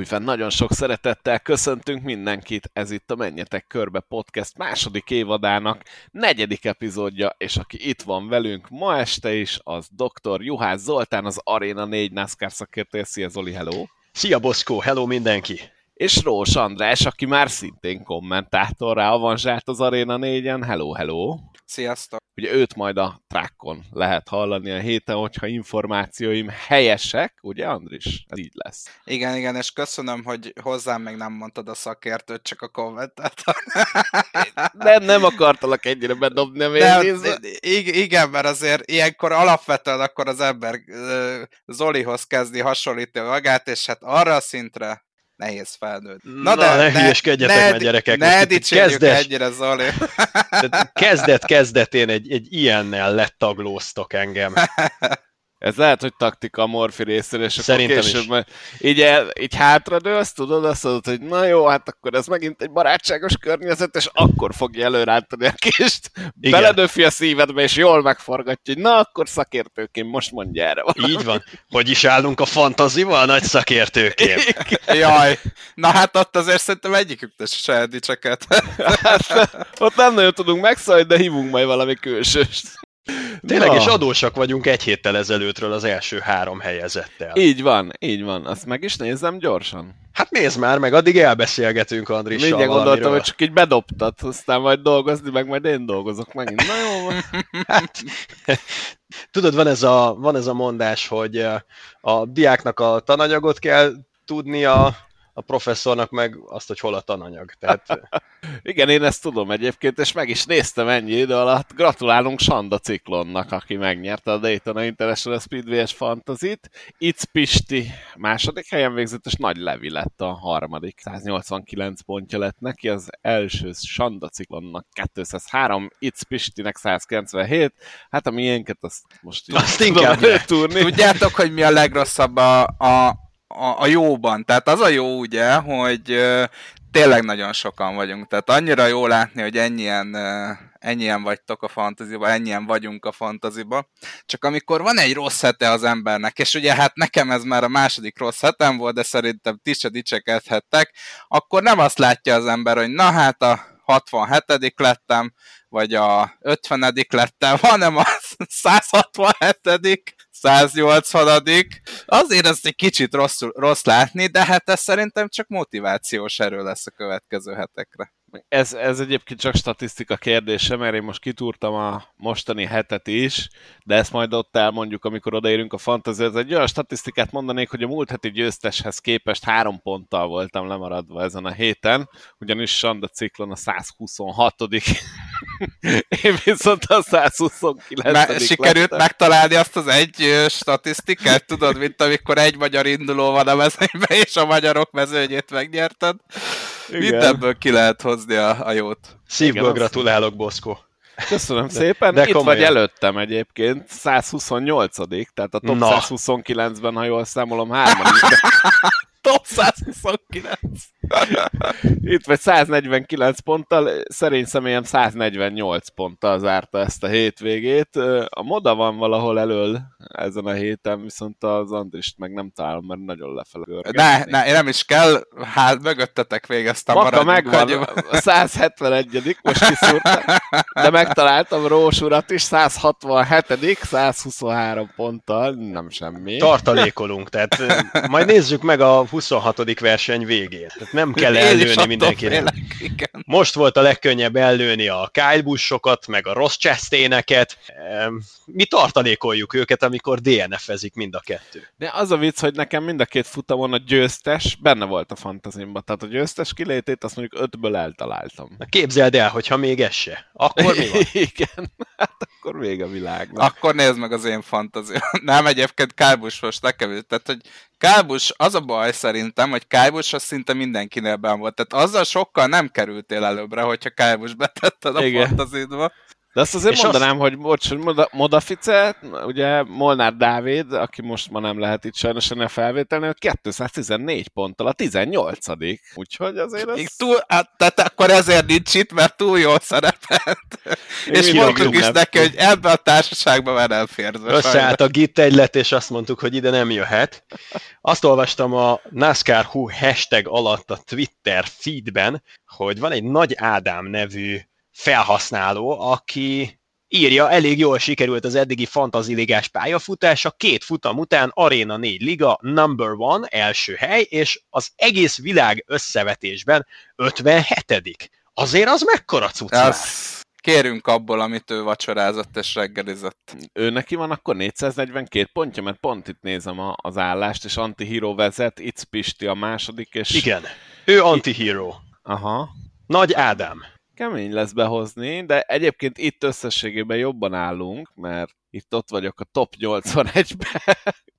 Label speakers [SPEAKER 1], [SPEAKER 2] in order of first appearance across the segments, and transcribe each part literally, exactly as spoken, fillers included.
[SPEAKER 1] Újfenn nagyon sok szeretettel köszöntünk mindenkit, ez itt a Menjetek Körbe podcast második évadának negyedik epizódja, és aki itt van velünk ma este is, az doktor Juhász Zoltán, az Arena négy NASCAR szakértője. Szia Zoli, hello!
[SPEAKER 2] Szia Boszkó, hello mindenki!
[SPEAKER 1] És Rós András, aki már szintén kommentátorrá avanzsált az Arena négyen. Hello, hello!
[SPEAKER 3] Sziasztok!
[SPEAKER 1] Ugye őt majd a trackon lehet hallani a héten, hogyha információim helyesek, ugye Andris? Ez így lesz.
[SPEAKER 3] Igen, igen, és köszönöm, hogy hozzám még nem mondtad a szakértőt, csak a kommentátor.
[SPEAKER 1] Nem, nem akartalak ennyire bedobni a végézbe.
[SPEAKER 3] Igen, mert azért ilyenkor alapvetően akkor az ember Zolihoz kezdi hasonlítani magát, és hát arra a szintre nehéz felnőtt.
[SPEAKER 2] Na, Na de ne hülyeskedjetek meg, gyerekek.
[SPEAKER 3] Ne dicsérjük ennyire, Zoli.
[SPEAKER 2] Kezdet-kezdetén egy, egy ilyennel letaglóztok engem.
[SPEAKER 1] Ez lehet, hogy taktika a Morfi részéről, és
[SPEAKER 2] Szerintem
[SPEAKER 1] akkor később majd így, el, így hátradőlsz, tudod, azt mondod, hogy na jó, hát akkor ez megint egy barátságos környezet, és akkor fogja előrántani a kést, beledöfi a szívedbe, és jól megforgatja, hogy na akkor szakértőként most mondja erre valami.
[SPEAKER 2] Így van. Hogy is állunk a fantazival, nagy szakértőként.
[SPEAKER 3] Jaj, na hát ott azért szerintem egyiküknek se saját dicseket.
[SPEAKER 1] Hát, ott nem nagyon tudunk megszólni, de hívunk majd valami külsőst.
[SPEAKER 2] Tényleg, és adósak vagyunk egy héttel ezelőttről az első három helyezettel.
[SPEAKER 1] Így van, így van. Azt meg is nézzem gyorsan.
[SPEAKER 2] Hát nézd már meg, addig elbeszélgetünk Andrissal
[SPEAKER 1] mindjárt
[SPEAKER 2] valamiről.
[SPEAKER 1] gondoltam, hogy csak így bedobtad, aztán majd dolgozni, meg majd én dolgozok megint. Na jó.
[SPEAKER 2] Hát, tudod, van ez, a, van ez a mondás, hogy a diáknak a tananyagot kell tudnia, a professzornak meg azt, hogy hol a tananyag. Tehát...
[SPEAKER 1] Igen, én ezt tudom egyébként, és meg is néztem ennyi idő alatt. Gratulálunk Sanda Ciklonnak, aki megnyerte a Daytona International Speedway-es Fantasyt. It's Pisti második helyen végzett, és Nagy Levi lett a harmadik. száznyolcvankilenc pontja lett neki, az első Sanda Ciklonnak kétszázhárom, It's Pistinek százkilencvenhét. Hát a miénket azt most így
[SPEAKER 2] azt inkább
[SPEAKER 1] előtúrni.
[SPEAKER 3] Tudjátok, hogy mi a legrosszabb a, a A, a jóban. Tehát az a jó ugye, hogy uh, tényleg nagyon sokan vagyunk. Tehát annyira jó látni, hogy ennyien, uh, ennyien vagytok a fantaziba, ennyien vagyunk a fantaziba. Csak amikor van egy rossz hete az embernek, és ugye hát nekem ez már a második rossz hetem volt, de szerintem ti se dicsekedhettek, akkor nem azt látja az ember, hogy na hát a hatvanhetedik lettem, vagy a ötvenedik lettem, hanem a százhatvanhetedik száznyolcvanadik Azért ezt egy kicsit rossz, rossz látni, de hát ez szerintem csak motivációs erő lesz a következő hetekre.
[SPEAKER 1] Ez, ez egyébként csak statisztika kérdése, mert én most kitúrtam a mostani hetet is, de ezt majd ott elmondjuk, amikor odaérünk a fantasy. Ez egy olyan statisztikát mondanék, hogy a múlt heti győzteshez képest három ponttal voltam lemaradva ezen a héten, ugyanis Sanda Ciklon a százhuszonhatodik Én viszont a százhuszonkilencedik
[SPEAKER 3] Me- Sikerült lettem. Megtalálni azt az egy statisztikát? Tudod, mint amikor egy magyar induló van a mezőnyben, és a magyarok mezőnyét megnyerted? Mindenből ki lehet hozni a, a jót.
[SPEAKER 2] Szívből igen, gratulálok, Boszkó.
[SPEAKER 1] Köszönöm de, szépen. De Itt komolyan. Vagy előttem egyébként, százhuszonnyolcadik Tehát a top Na. százhuszonkilencben, ha jól számolom, hármadik.
[SPEAKER 3] Top százhuszonkilenc
[SPEAKER 1] Itt vagy száznegyvenkilenc ponttal, szerény személyem száznegyvennyolc ponttal zárta ezt a hétvégét. A Moda van valahol elől ezen a héten, viszont az Andrist meg nem találom, mert nagyon lefele
[SPEAKER 3] Ne, ne, nem is kell, hát mögöttetek végeztem.
[SPEAKER 1] Maka megvan, a százhetvenegyedik most kiszúrtam, de megtaláltam Rós urat is, százhatvanhetedik százhuszonhárom ponttal, nem semmi.
[SPEAKER 2] Tartalékolunk, tehát majd nézzük meg a huszonhatodik verseny végét. Tehát nem kell ellőni mindenkinek. Most volt a legkönnyebb ellőni a Kyle Busch-okat, meg a Ross Chastaineket. Mi tartalékoljuk őket, amikor dé en ef-ezik mind a kettő.
[SPEAKER 1] De az a vicc, hogy nekem mind a két futamon a győztes benne volt a fantazimban. Tehát a győztes kilétét azt mondjuk ötből eltaláltam.
[SPEAKER 2] Na képzeld el, hogyha még ez se. Akkor mi van?
[SPEAKER 1] Igen, hát akkor vége a világnak.
[SPEAKER 3] Akkor nézd meg az én fantazim. Nem, egyébként Kyle Busch most nekem, tehát hogy Kyle Busch, az a baj szerintem, hogy Kyle Busch az szinte mindenkinél benn volt. Tehát azzal sokkal nem kerültél előbbre, hogyha Kyle Busch betetted a fantazidba.
[SPEAKER 1] De azt azért
[SPEAKER 2] és
[SPEAKER 1] mondanám,
[SPEAKER 2] azt...
[SPEAKER 1] hogy bocs, hogy Moda, Modafice, ugye Molnár Dávid, aki most ma nem lehet itt sajnos ennél felvételni, kétszáztizennégy ponttal a tizennyolcadik Úgyhogy azért ez...
[SPEAKER 3] Túl, hát, tehát akkor ezért nincs itt, mert túl jól szerepelt. És mondtuk is neki, hogy ebbe a társaságban már nem férsz.
[SPEAKER 2] Összeállt a Git egylet, és azt mondtuk, hogy ide nem jöhet. Azt olvastam a NASCAR hú hashtag alatt a Twitter feedben, hogy van egy Nagy Ádám nevű felhasználó, aki írja, elég jól sikerült az eddigi fantasy ligás pályafutása, két futam után Arena négy liga, number one, első hely, és az egész világ összevetésben ötvenhetedik Azért az mekkora cucc már?
[SPEAKER 3] Kérünk abból, amit ő vacsorázott és reggelizett.
[SPEAKER 1] Ő neki van akkor négyszáznegyvenkét pontja, mert pont itt nézem a, az állást, és Antihero vezet, It's Pisti a második, és...
[SPEAKER 2] Igen, ő Antihero.
[SPEAKER 1] Aha.
[SPEAKER 2] Nagy Ádám.
[SPEAKER 1] Kemény lesz behozni, de egyébként itt összességében jobban állunk, mert itt ott vagyok a top nyolcvanegyben,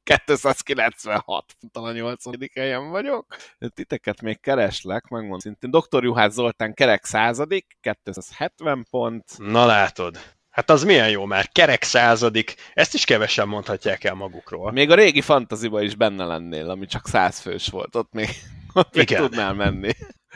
[SPEAKER 1] kétszázkilencvenhat ponttal a nyolcvadik helyen vagyok. Titeket még kereslek, megmondom szintén. doktor Juhász Zoltán kerek századik, kétszázhetven pont.
[SPEAKER 2] Na látod. Hát az milyen jó már, kerek századik, ezt is kevesen mondhatják el magukról.
[SPEAKER 1] Még a régi fantaziba is benne lennél, ami csak száz fős volt, ott még, ott még tudnál menni.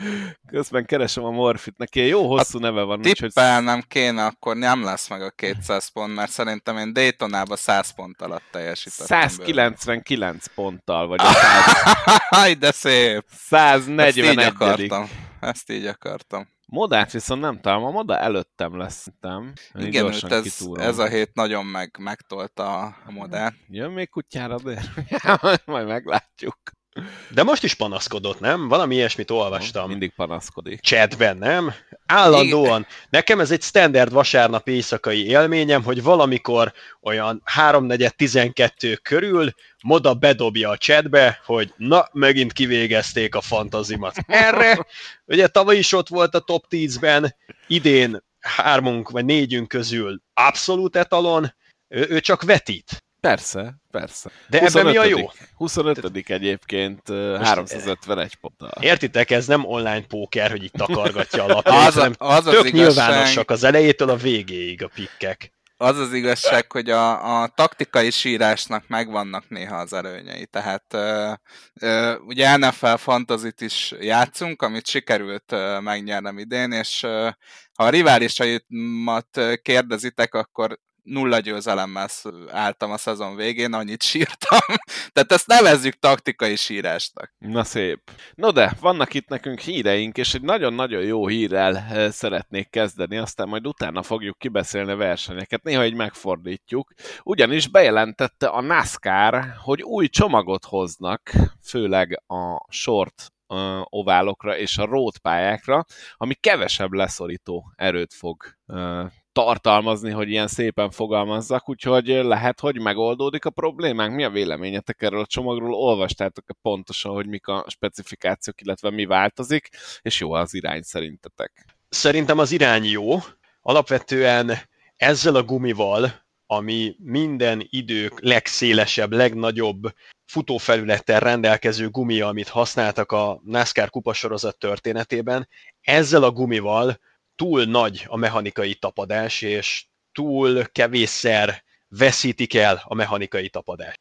[SPEAKER 1] Közben keresem a Morfit, neki egy jó hosszú neve van.
[SPEAKER 3] Tippelnem úgyhogy... kéne, akkor nem lesz meg a kétszáz pont, mert szerintem én Daytonában száz pont alatt teljesítettem.
[SPEAKER 1] százkilencvenkilenc ponttal vagy a
[SPEAKER 3] száz... de szép!
[SPEAKER 1] száznegyvenegyedik
[SPEAKER 3] Ezt így akartam. Ezt így akartam.
[SPEAKER 1] Modát viszont nem talán, a Moda előttem lesz. Nem.
[SPEAKER 3] Igen, őt ez, ez a hét nagyon meg, megtolta a Modát.
[SPEAKER 1] Jön még kutyára, de majd meglátjuk.
[SPEAKER 2] De most is panaszkodott, nem? Valami ilyesmit olvastam.
[SPEAKER 1] Mindig panaszkodik.
[SPEAKER 2] Chatben, nem? Állandóan. Nekem ez egy standard vasárnap éjszakai élményem, hogy valamikor olyan háromnegyed tizenkettő körül Moda bedobja a chatbe, hogy na, megint kivégezték a fantazimat. Erre, ugye tavaly is ott volt a top tízben, idén hármunk vagy négyünk közül abszolút etalon, ő, ő csak vetít.
[SPEAKER 1] Persze, persze.
[SPEAKER 2] De ebben mi a jó?
[SPEAKER 1] huszonötödik egyébként háromszázötvenegy ponttal.
[SPEAKER 2] Értitek, ez nem online póker, hogy így takargatja a lapját,
[SPEAKER 3] az,
[SPEAKER 2] hanem
[SPEAKER 3] az
[SPEAKER 2] tök
[SPEAKER 3] az
[SPEAKER 2] nyilvánosak az elejétől a végéig a pikkek.
[SPEAKER 3] Az az igazság, hogy a, a taktikai sírásnak megvannak néha az előnyei. Tehát ö, ö, ugye en ef el Fantasyt is játszunk, amit sikerült ö, megnyernem idén, és ö, ha a riválisaimat kérdezitek, akkor nulla győzelemmel álltam a szezon végén, annyit sírtam. Tehát ezt nevezzük taktikai sírásnak.
[SPEAKER 1] Na szép. No de, vannak itt nekünk híreink, és egy nagyon-nagyon jó hírrel szeretnék kezdeni, aztán majd utána fogjuk kibeszélni a versenyeket. Néha így megfordítjuk. Ugyanis bejelentette a NASCAR, hogy új csomagot hoznak, főleg a short oválokra és a road pályákra, ami kevesebb leszorító erőt fog tartalmazni, hogy ilyen szépen fogalmazzak, úgyhogy lehet, hogy megoldódik a problémánk. Mi a véleményetek erről a csomagról? Olvastátok-e pontosan, hogy mik a specifikációk, illetve mi változik, és jó az irány szerintetek?
[SPEAKER 2] Szerintem az irány jó. Alapvetően ezzel a gumival, ami minden idők legszélesebb, legnagyobb futófelülettel rendelkező gumia, amit használtak a NASCAR kupasorozat történetében, ezzel a gumival túl nagy a mechanikai tapadás, és túl kevésszer veszítik el a mechanikai tapadást.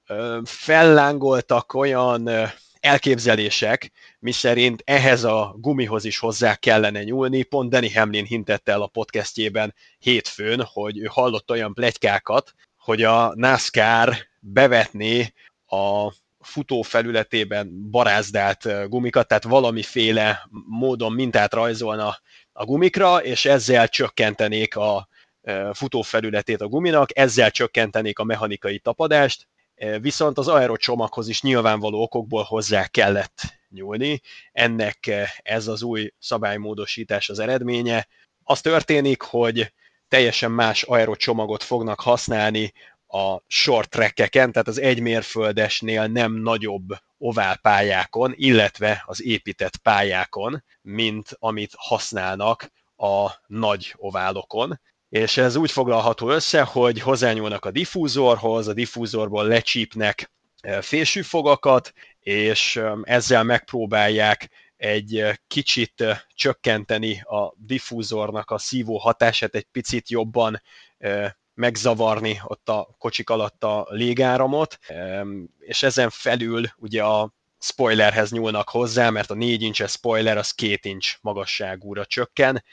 [SPEAKER 2] Fellángoltak olyan elképzelések, miszerint ehhez a gumihoz is hozzá kellene nyúlni. Pont Danny Hamlin hintette el a podcastjében hétfőn, hogy ő hallott olyan pletykákat, hogy a NASCAR bevetné a futó felületében barázdált gumikat, tehát valamiféle módon mintát rajzolna a gumikra, és ezzel csökkentenék a futó felületét a guminak, ezzel csökkentenék a mechanikai tapadást, viszont az aerocsomaghoz is nyilvánvaló okokból hozzá kellett nyúlni. Ennek ez az új szabálymódosítás az eredménye. Az történik, hogy teljesen más aerocsomagot fognak használni a short trackeken, tehát az egymérföldesnél nem nagyobb oválpályákon, illetve az épített pályákon, mint amit használnak a nagy oválokon. És ez úgy foglalható össze, hogy hozzányúlnak a diffúzorhoz, a diffúzorból lecsípnek fésűfogakat, és ezzel megpróbálják egy kicsit csökkenteni a diffúzornak a szívó hatását, egy picit jobban megzavarni ott a kocsik alatt a légáramot, és ezen felül ugye a spoilerhez nyúlnak hozzá, mert a négy incses spoiler az két inch magasságúra csökken,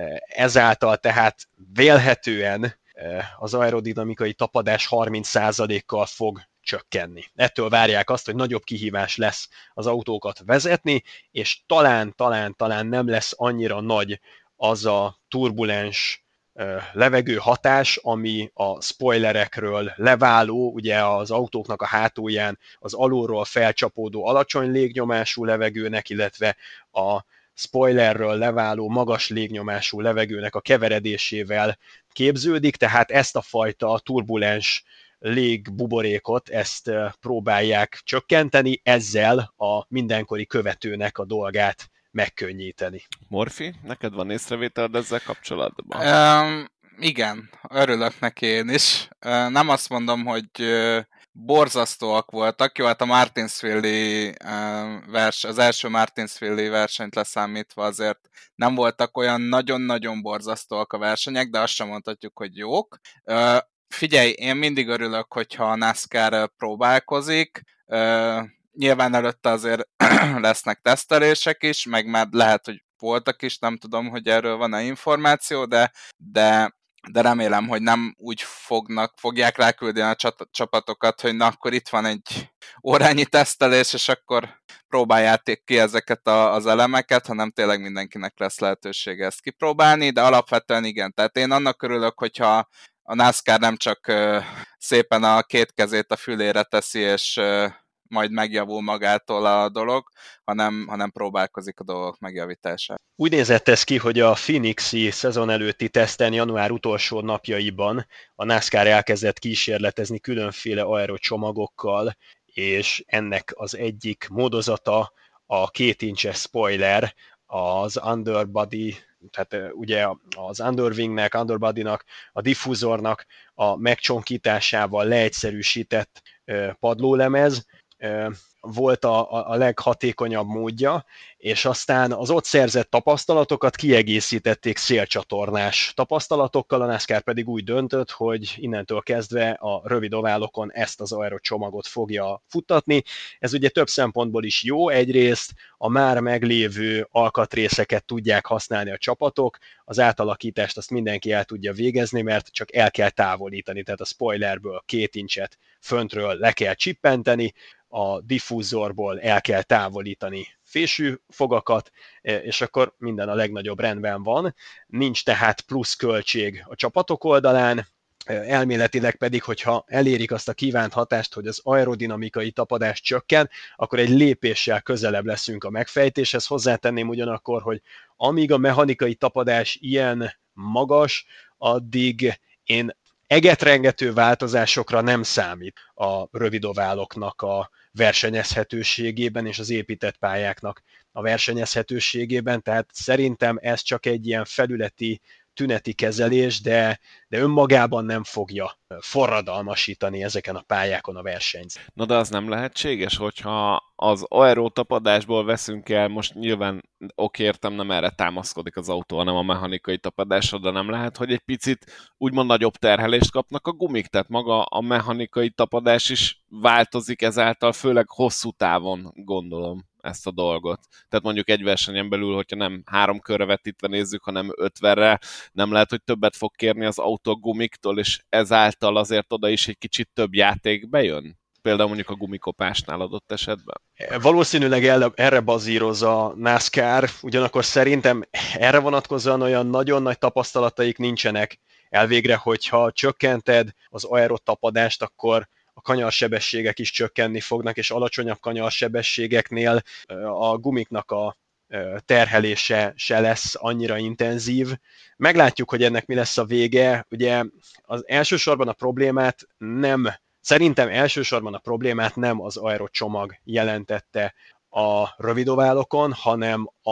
[SPEAKER 2] ezáltal tehát vélhetően az aerodinamikai tapadás harminc százalékkal fog csökkenni. Ettől várják azt, hogy nagyobb kihívás lesz az autókat vezetni, és talán, talán, talán nem lesz annyira nagy az a turbulens levegő hatás, ami a spoilerekről leváló, ugye az autóknak a hátulján az alulról felcsapódó alacsony légnyomású levegőnek, illetve a spoilerről leváló magas légnyomású levegőnek a keveredésével képződik, tehát ezt a fajta turbulens légbuborékot, ezt próbálják csökkenteni, ezzel a mindenkori követőnek a dolgát megkönnyíteni.
[SPEAKER 1] Morfi, neked van észrevételed ezzel kapcsolatban?
[SPEAKER 3] Um, igen, örülök neki én is. Uh, nem azt mondom, hogy uh, borzasztóak voltak. Jó, hát a Martinsville-i uh, vers, az első Martinsville-i versenyt leszámítva azért nem voltak olyan nagyon-nagyon borzasztóak a versenyek, de azt sem mondhatjuk, hogy jók. Uh, figyelj, én mindig örülök, hogyha a NASCAR próbálkozik. Uh, Nyilván előtte azért lesznek tesztelések is, meg már lehet, hogy voltak is, nem tudom, hogy erről van-e információ, de, de, de remélem, hogy nem úgy fognak, fogják ráküldeni a csapatokat, hogy na, akkor itt van egy órányi tesztelés, és akkor próbáljátok ki ezeket a, az elemeket, hanem tényleg mindenkinek lesz lehetősége ezt kipróbálni, de alapvetően igen. Tehát én annak örülök, hogyha a NASCAR nem csak uh, szépen a két kezét a fülére teszi, és uh, majd megjavul magától a dolog, hanem, hanem próbálkozik a dolgok megjavítását.
[SPEAKER 2] Úgy nézett ez ki, hogy a Phoenixi szezon előtti teszten január utolsó napjaiban a NASCAR elkezdett kísérletezni különféle aerocsomagokkal, és ennek az egyik módozata a két incses spoiler, az underbody, tehát ugye az underwingnek, underbodynak, a diffúzornak a megcsonkításával leegyszerűsített padlólemez, volt a, a leghatékonyabb módja, és aztán az ott szerzett tapasztalatokat kiegészítették szélcsatornás tapasztalatokkal, a NASCAR pedig úgy döntött, hogy innentől kezdve a rövid oválokon ezt az aerocsomagot fogja futtatni. Ez ugye több szempontból is jó, egyrészt a már meglévő alkatrészeket tudják használni a csapatok, az átalakítást azt mindenki el tudja végezni, mert csak el kell távolítani, tehát a spoilerből két incset föntről le kell csippenteni, a diffúzorból el kell távolítani fésűfogakat, és akkor minden a legnagyobb rendben van. Nincs tehát plusz költség a csapatok oldalán, elméletileg pedig, hogyha elérik azt a kívánt hatást, hogy az aerodinamikai tapadás csökken, akkor egy lépéssel közelebb leszünk a megfejtéshez. Hozzátenném ugyanakkor, hogy amíg a mechanikai tapadás ilyen magas, addig én egetrengető változásokra nem számít a rövidováloknak a versenyezhetőségében és az épített pályáknak a versenyezhetőségében, tehát szerintem ez csak egy ilyen felületi tüneti kezelés, de, de önmagában nem fogja forradalmasítani ezeken a pályákon a versenyt.
[SPEAKER 1] Na de az nem lehetséges, hogyha az aerotapadásból veszünk el, most nyilván oké, értem, nem erre támaszkodik az autó, hanem a mechanikai tapadásra, de nem lehet, hogy egy picit úgymond nagyobb terhelést kapnak a gumik, tehát maga a mechanikai tapadás is változik ezáltal, főleg hosszú távon gondolom ezt a dolgot. Tehát mondjuk egy versenyen belül, hogyha nem három körre vetítve nézzük, hanem ötvenre, nem lehet, hogy többet fog kérni az autó gumiktól, és ezáltal azért oda is egy kicsit több játék bejön? Például mondjuk a gumikopásnál adott esetben?
[SPEAKER 2] Valószínűleg erre bazíroz a NASCAR, ugyanakkor szerintem erre vonatkozóan olyan nagyon nagy tapasztalataik nincsenek elvégre, hogyha csökkented az aerotapadást, akkor a kanyarsebességek is csökkenni fognak, és alacsonyabb kanyarsebességeknél a gumiknak a terhelése se lesz annyira intenzív. Meglátjuk, hogy ennek mi lesz a vége. Ugye az elsősorban a problémát nem, szerintem elsősorban a problémát nem az aerocsomag jelentette a rövidoválokon, hanem a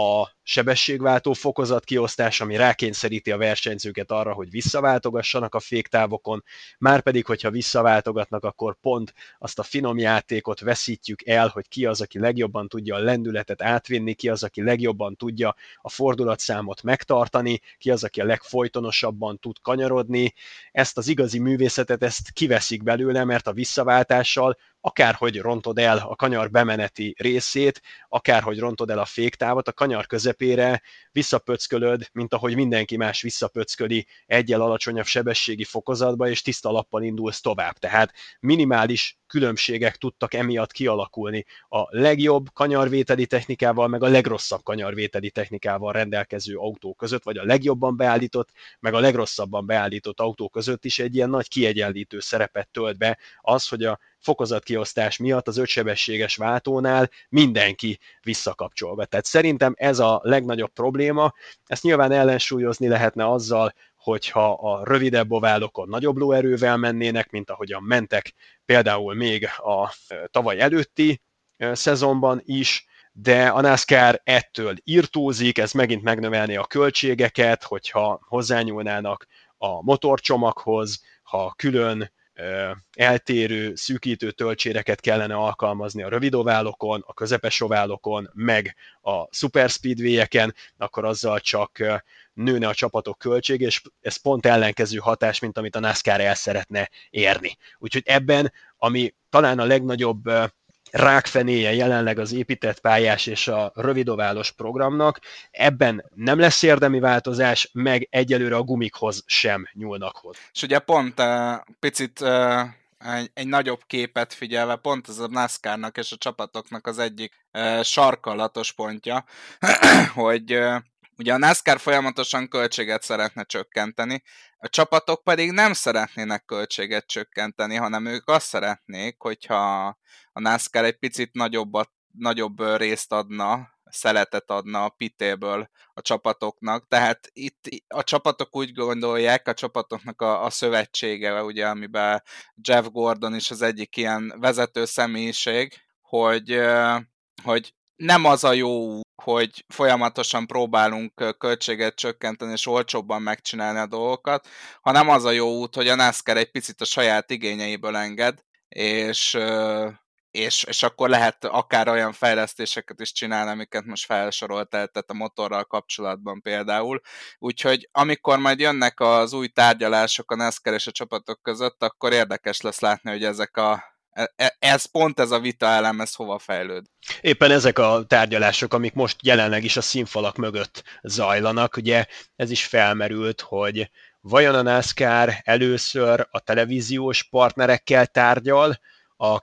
[SPEAKER 2] sebességváltó fokozatkiosztás, ami rákényszeríti a versenyzőket arra, hogy visszaváltogassanak a féktávokon, márpedig, hogyha visszaváltogatnak, akkor pont azt a finom játékot veszítjük el, hogy ki az, aki legjobban tudja a lendületet átvinni, ki az, aki legjobban tudja a fordulatszámot megtartani, ki az, aki a legfolytonosabban tud kanyarodni. Ezt az igazi művészetet, ezt kiveszik belőle, mert a visszaváltással akárhogy rontod el a kanyar bemeneti részét, akárhogy rontod el a féktávot, a kanyar közepére visszapöckölöd, mint ahogy mindenki más visszapöcköli egyel alacsonyabb sebességi fokozatba, és tiszta lappal indulsz tovább. Tehát minimális különbségek tudtak emiatt kialakulni a legjobb kanyarvételi technikával, meg a legrosszabb kanyarvételi technikával rendelkező autó között, vagy a legjobban beállított, meg a legrosszabban beállított autó között is egy ilyen nagy kiegyenlítő szerepet tölt be az, hogy a fokozatkiosztás miatt az ötsebességes váltónál mindenki visszakapcsol be. Tehát szerintem ez a legnagyobb probléma. Ezt nyilván ellensúlyozni lehetne azzal, hogyha a rövidebb oválokon nagyobb lóerővel mennének, mint ahogyan mentek például még a tavaly előtti szezonban is, de a NASCAR ettől irtózik, ez megint megnövelné a költségeket, hogyha hozzányúlnának a motorcsomaghoz, ha külön eltérő, szűkítő töltséreket kellene alkalmazni a rövid oválokon, a közepes oválokon, meg a super speedway-eken, akkor azzal csak nőne a csapatok költség, és ez pont ellenkező hatás, mint amit a NASCAR el szeretne érni. Úgyhogy ebben, ami talán a legnagyobb rákfenéje jelenleg az épített pályás és a rövidoválos programnak, ebben nem lesz érdemi változás, meg egyelőre a gumikhoz sem nyúlnak hozzá.
[SPEAKER 3] És ugye pont uh, picit uh, egy, egy nagyobb képet figyelve, pont ez a NASCAR-nak és a csapatoknak az egyik uh, sarkalatos pontja, hogy uh, ugye a NASCAR folyamatosan költséget szeretne csökkenteni, a csapatok pedig nem szeretnének költséget csökkenteni, hanem ők azt szeretnék, hogyha a NASCAR egy picit nagyobbat, nagyobb részt adna, szeletet adna a pitéből a csapatoknak. Tehát itt a csapatok úgy gondolják, a csapatoknak a, a szövetsége, ugye, amiben Jeff Gordon is az egyik ilyen vezető személyiség, hogy, hogy nem az a jó, hogy folyamatosan próbálunk költséget csökkenteni és olcsóbban megcsinálni a dolgokat, hanem az a jó út, hogy a NASCAR egy picit a saját igényeiből enged, és, és, és akkor lehet akár olyan fejlesztéseket is csinálni, amiket most felsoroltál, tehát a motorral kapcsolatban például. Úgyhogy amikor majd jönnek az új tárgyalások a NASCAR és a csapatok között, akkor érdekes lesz látni, hogy ezek a Ez pont ez a vita elem, ez hova fejlőd.
[SPEAKER 2] Éppen ezek a tárgyalások, amik most jelenleg is a színfalak mögött zajlanak, ugye ez is felmerült, hogy vajon a NASCAR először a televíziós partnerekkel tárgyal a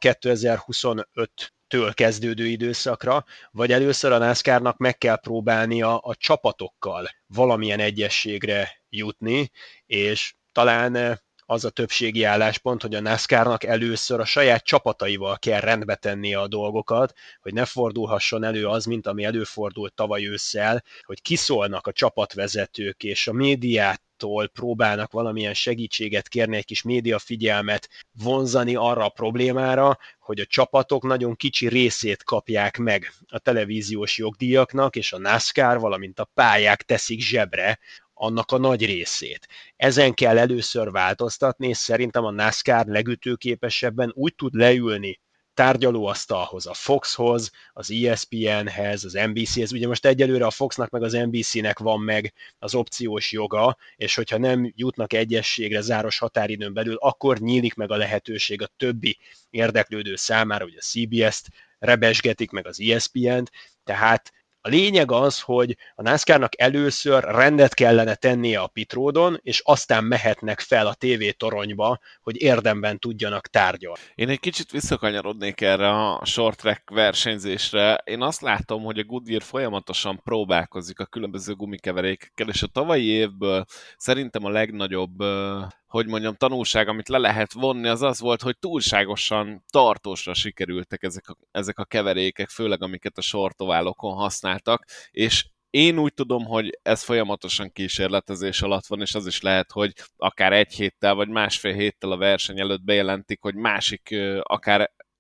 [SPEAKER 2] kétezer-huszonöttől kezdődő időszakra, vagy először a NASCAR-nak meg kell próbálnia a csapatokkal valamilyen egyességre jutni, és talán az a többségi álláspont, hogy a NASCAR-nak először a saját csapataival kell rendbe tennie a dolgokat, hogy ne fordulhasson elő az, mint ami előfordult tavaly ősszel, hogy kiszólnak a csapatvezetők és a médiától próbálnak valamilyen segítséget kérni, egy kis média figyelmet vonzani arra a problémára, hogy a csapatok nagyon kicsi részét kapják meg a televíziós jogdíjaknak, és a NASCAR, valamint a pályák teszik zsebre annak a nagy részét. Ezen kell először változtatni, és szerintem a NASCAR legütőképesebben úgy tud leülni tárgyalóasztalhoz, a Foxhoz, az E S P N-hez, az N B C-hez. Ugye most egyelőre a Foxnak meg az N B C-nek van meg az opciós joga, és hogyha nem jutnak egyességre záros határidőn belül, akkor nyílik meg a lehetőség a többi érdeklődő számára, hogy a C B S-t rebesgetik, meg az E S P N-t, tehát a lényeg az, hogy a NASCAR-nak először rendet kellene tennie a pitródon, és aztán mehetnek fel a tévétoronyba, hogy érdemben tudjanak tárgyalni.
[SPEAKER 1] Én egy kicsit visszakanyarodnék erre a short track versenyzésre. Én azt látom, hogy a Goodyear folyamatosan próbálkozik a különböző gumikeverékekkel, és a tavalyi évből szerintem a legnagyobb, hogy mondjam, tanulság, amit le lehet vonni, az az volt, hogy túlságosan tartósra sikerültek ezek a, ezek a keverékek, főleg amiket a sortoválokon használtak, és én úgy tudom, hogy ez folyamatosan kísérletezés alatt van, és az is lehet, hogy akár egy héttel, vagy másfél héttel a verseny előtt bejelentik, hogy másik, akár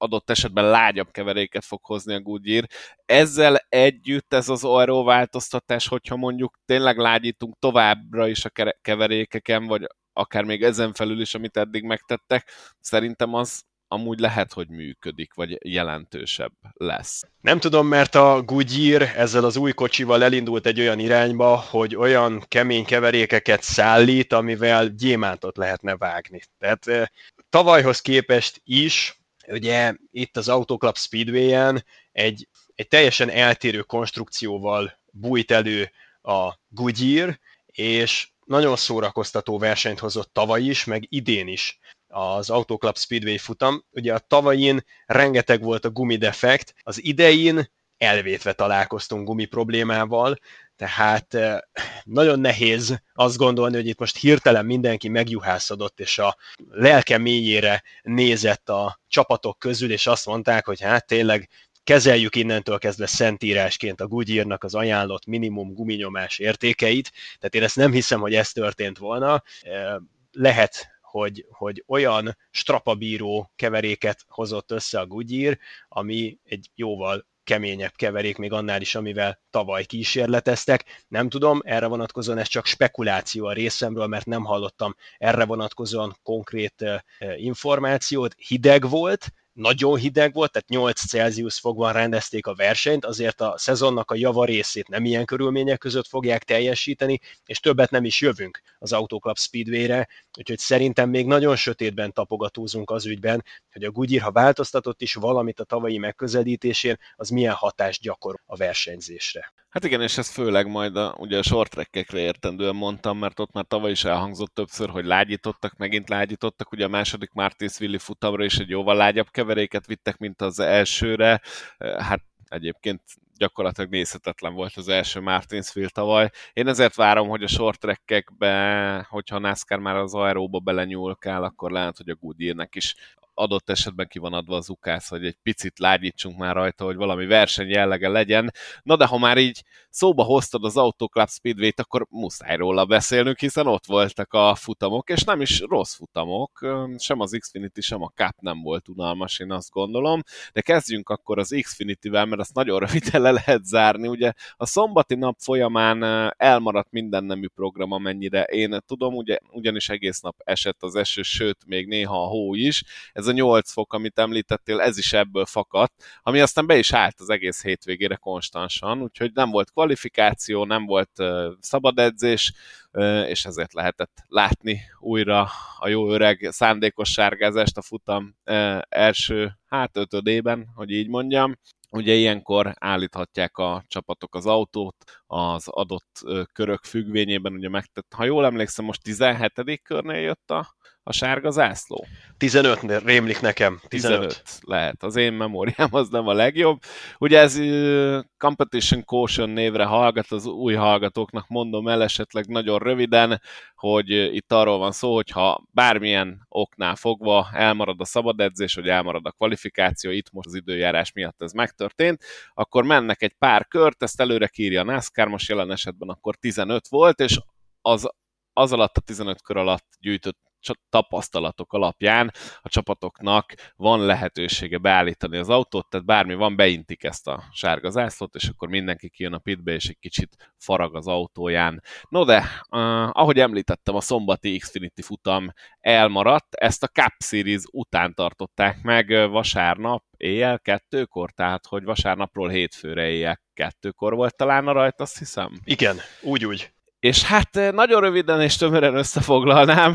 [SPEAKER 1] adott esetben lágyabb keveréket fog hozni a Goodyear. Ezzel együtt ez az aero változtatás, hogyha mondjuk tényleg lágyítunk továbbra is a keverékeken, vagy akár még ezen felül is, amit eddig megtettek, szerintem az amúgy lehet, hogy működik, vagy jelentősebb lesz.
[SPEAKER 2] Nem tudom, mert a Goodyear ezzel az új kocsival elindult egy olyan irányba, hogy olyan kemény keverékeket szállít, amivel gyémántot lehetne vágni. Tehát eh, tavalyhoz képest is, ugye itt az Auto Club Speedway-en egy, egy teljesen eltérő konstrukcióval bújt elő a Goodyear, és nagyon szórakoztató versenyt hozott tavaly is, meg idén is az Auto Club Speedway futam. Ugye a tavalyin rengeteg volt a gumidefekt, az idején elvétve találkoztunk gumi problémával, tehát nagyon nehéz azt gondolni, hogy itt most hirtelen mindenki megjuhászodott, és a lelke mélyére nézett a csapatok közül, és azt mondták, hogy hát tényleg kezeljük innentől kezdve szentírásként a Goodyearnak az ajánlott minimum guminyomás értékeit, tehát én ezt nem hiszem, hogy ez történt volna. Lehet, hogy, hogy olyan strapabíró keveréket hozott össze a Goodyear, ami egy jóval keményebb keverék, még annál is, amivel tavaly kísérleteztek. Nem tudom, erre vonatkozóan ez csak spekuláció a részemről, mert nem hallottam erre vonatkozóan konkrét információt. Hideg volt, nagyon hideg volt, tehát nyolc Celsius fokban rendezték a versenyt, azért a szezonnak a java részét nem ilyen körülmények között fogják teljesíteni, és többet nem is jövünk az Auto Club Speedway-re, úgyhogy szerintem még nagyon sötétben tapogatózunk az ügyben, hogy a Goodyear, ha változtatott is valamit a tavalyi megközelítésén, az milyen hatást gyakorol a versenyzésre.
[SPEAKER 1] Hát igen, és ez főleg majd a, ugye a short track-ekre értendően mondtam, mert ott már tavaly is elhangzott többször, hogy lágyítottak, megint lágyítottak, ugye a második Martinsville-i futamra is egy jóval lágyabb keveréket vittek, mint az elsőre, hát egyébként gyakorlatilag nézhetetlen volt az első Martinsville tavaly. Én ezért várom, hogy a short track-ekbe, hogyha a NASCAR már az aeróba belenyúlkál, akkor lehet, hogy a Goodyearnek is adott esetben ki van adva az ukász, hogy egy picit lágyítsunk már rajta, hogy valami verseny jellege legyen. Na de ha már így szóba hoztad az Auto Club Speedway-t, akkor muszáj róla beszélnünk, hiszen ott voltak a futamok, és nem is rossz futamok, sem az Xfinity, sem a Cup nem volt unalmas, én azt gondolom, de kezdjünk akkor az Xfinity-vel, mert azt nagyon röviden le lehet zárni. Ugye a szombati nap folyamán elmaradt minden nemű program, amennyire én tudom, ugye, ugyanis egész nap esett az eső, sőt, még néha a hó is. Ez a nyolc fok, amit említettél, ez is ebből fakadt, ami aztán be is állt az egész hétvégére konstansan, úgyhogy nem volt kvalifikáció, nem volt uh, szabad edzés, uh, és ezért lehetett látni újra a jó öreg szándékos sárgázást a futam uh, első, hát ötödében, hogy így mondjam. Ugye ilyenkor állíthatják a csapatok az autót az adott uh, körök függvényében, ugye megtett, ha jól emlékszem, most tizenhetedik körnél jött a a sárga zászló?
[SPEAKER 2] tizenöt rémlik nekem. tizenöt.
[SPEAKER 1] tizenöt lehet. Az én memóriám az nem a legjobb. Ugye ez uh, Competition Caution névre hallgat, az új hallgatóknak mondom el esetleg nagyon röviden, hogy uh, itt arról van szó, hogy ha bármilyen oknál fogva elmarad a szabad edzés, vagy elmarad a kvalifikáció, itt most az időjárás miatt ez megtörtént, akkor mennek egy pár kört, ezt előre kírja a NASCAR, most jelen esetben akkor tizenöt volt, és az, az alatt a tizenöt kör alatt gyűjtött tapasztalatok alapján a csapatoknak van lehetősége beállítani az autót, tehát bármi van, beintik ezt a sárga zászlót, és akkor mindenki kijön a pitbe, és egy kicsit farag az autóján. No de, uh, ahogy említettem, a szombati Xfinity futam elmaradt, ezt a Cup Series után tartották meg vasárnap éjjel kettőkor, tehát hogy vasárnapról hétfőre éjjel kettőkor volt talán a rajt, azt hiszem?
[SPEAKER 2] Igen, úgy-úgy.
[SPEAKER 1] És hát nagyon röviden és tömören összefoglalnám,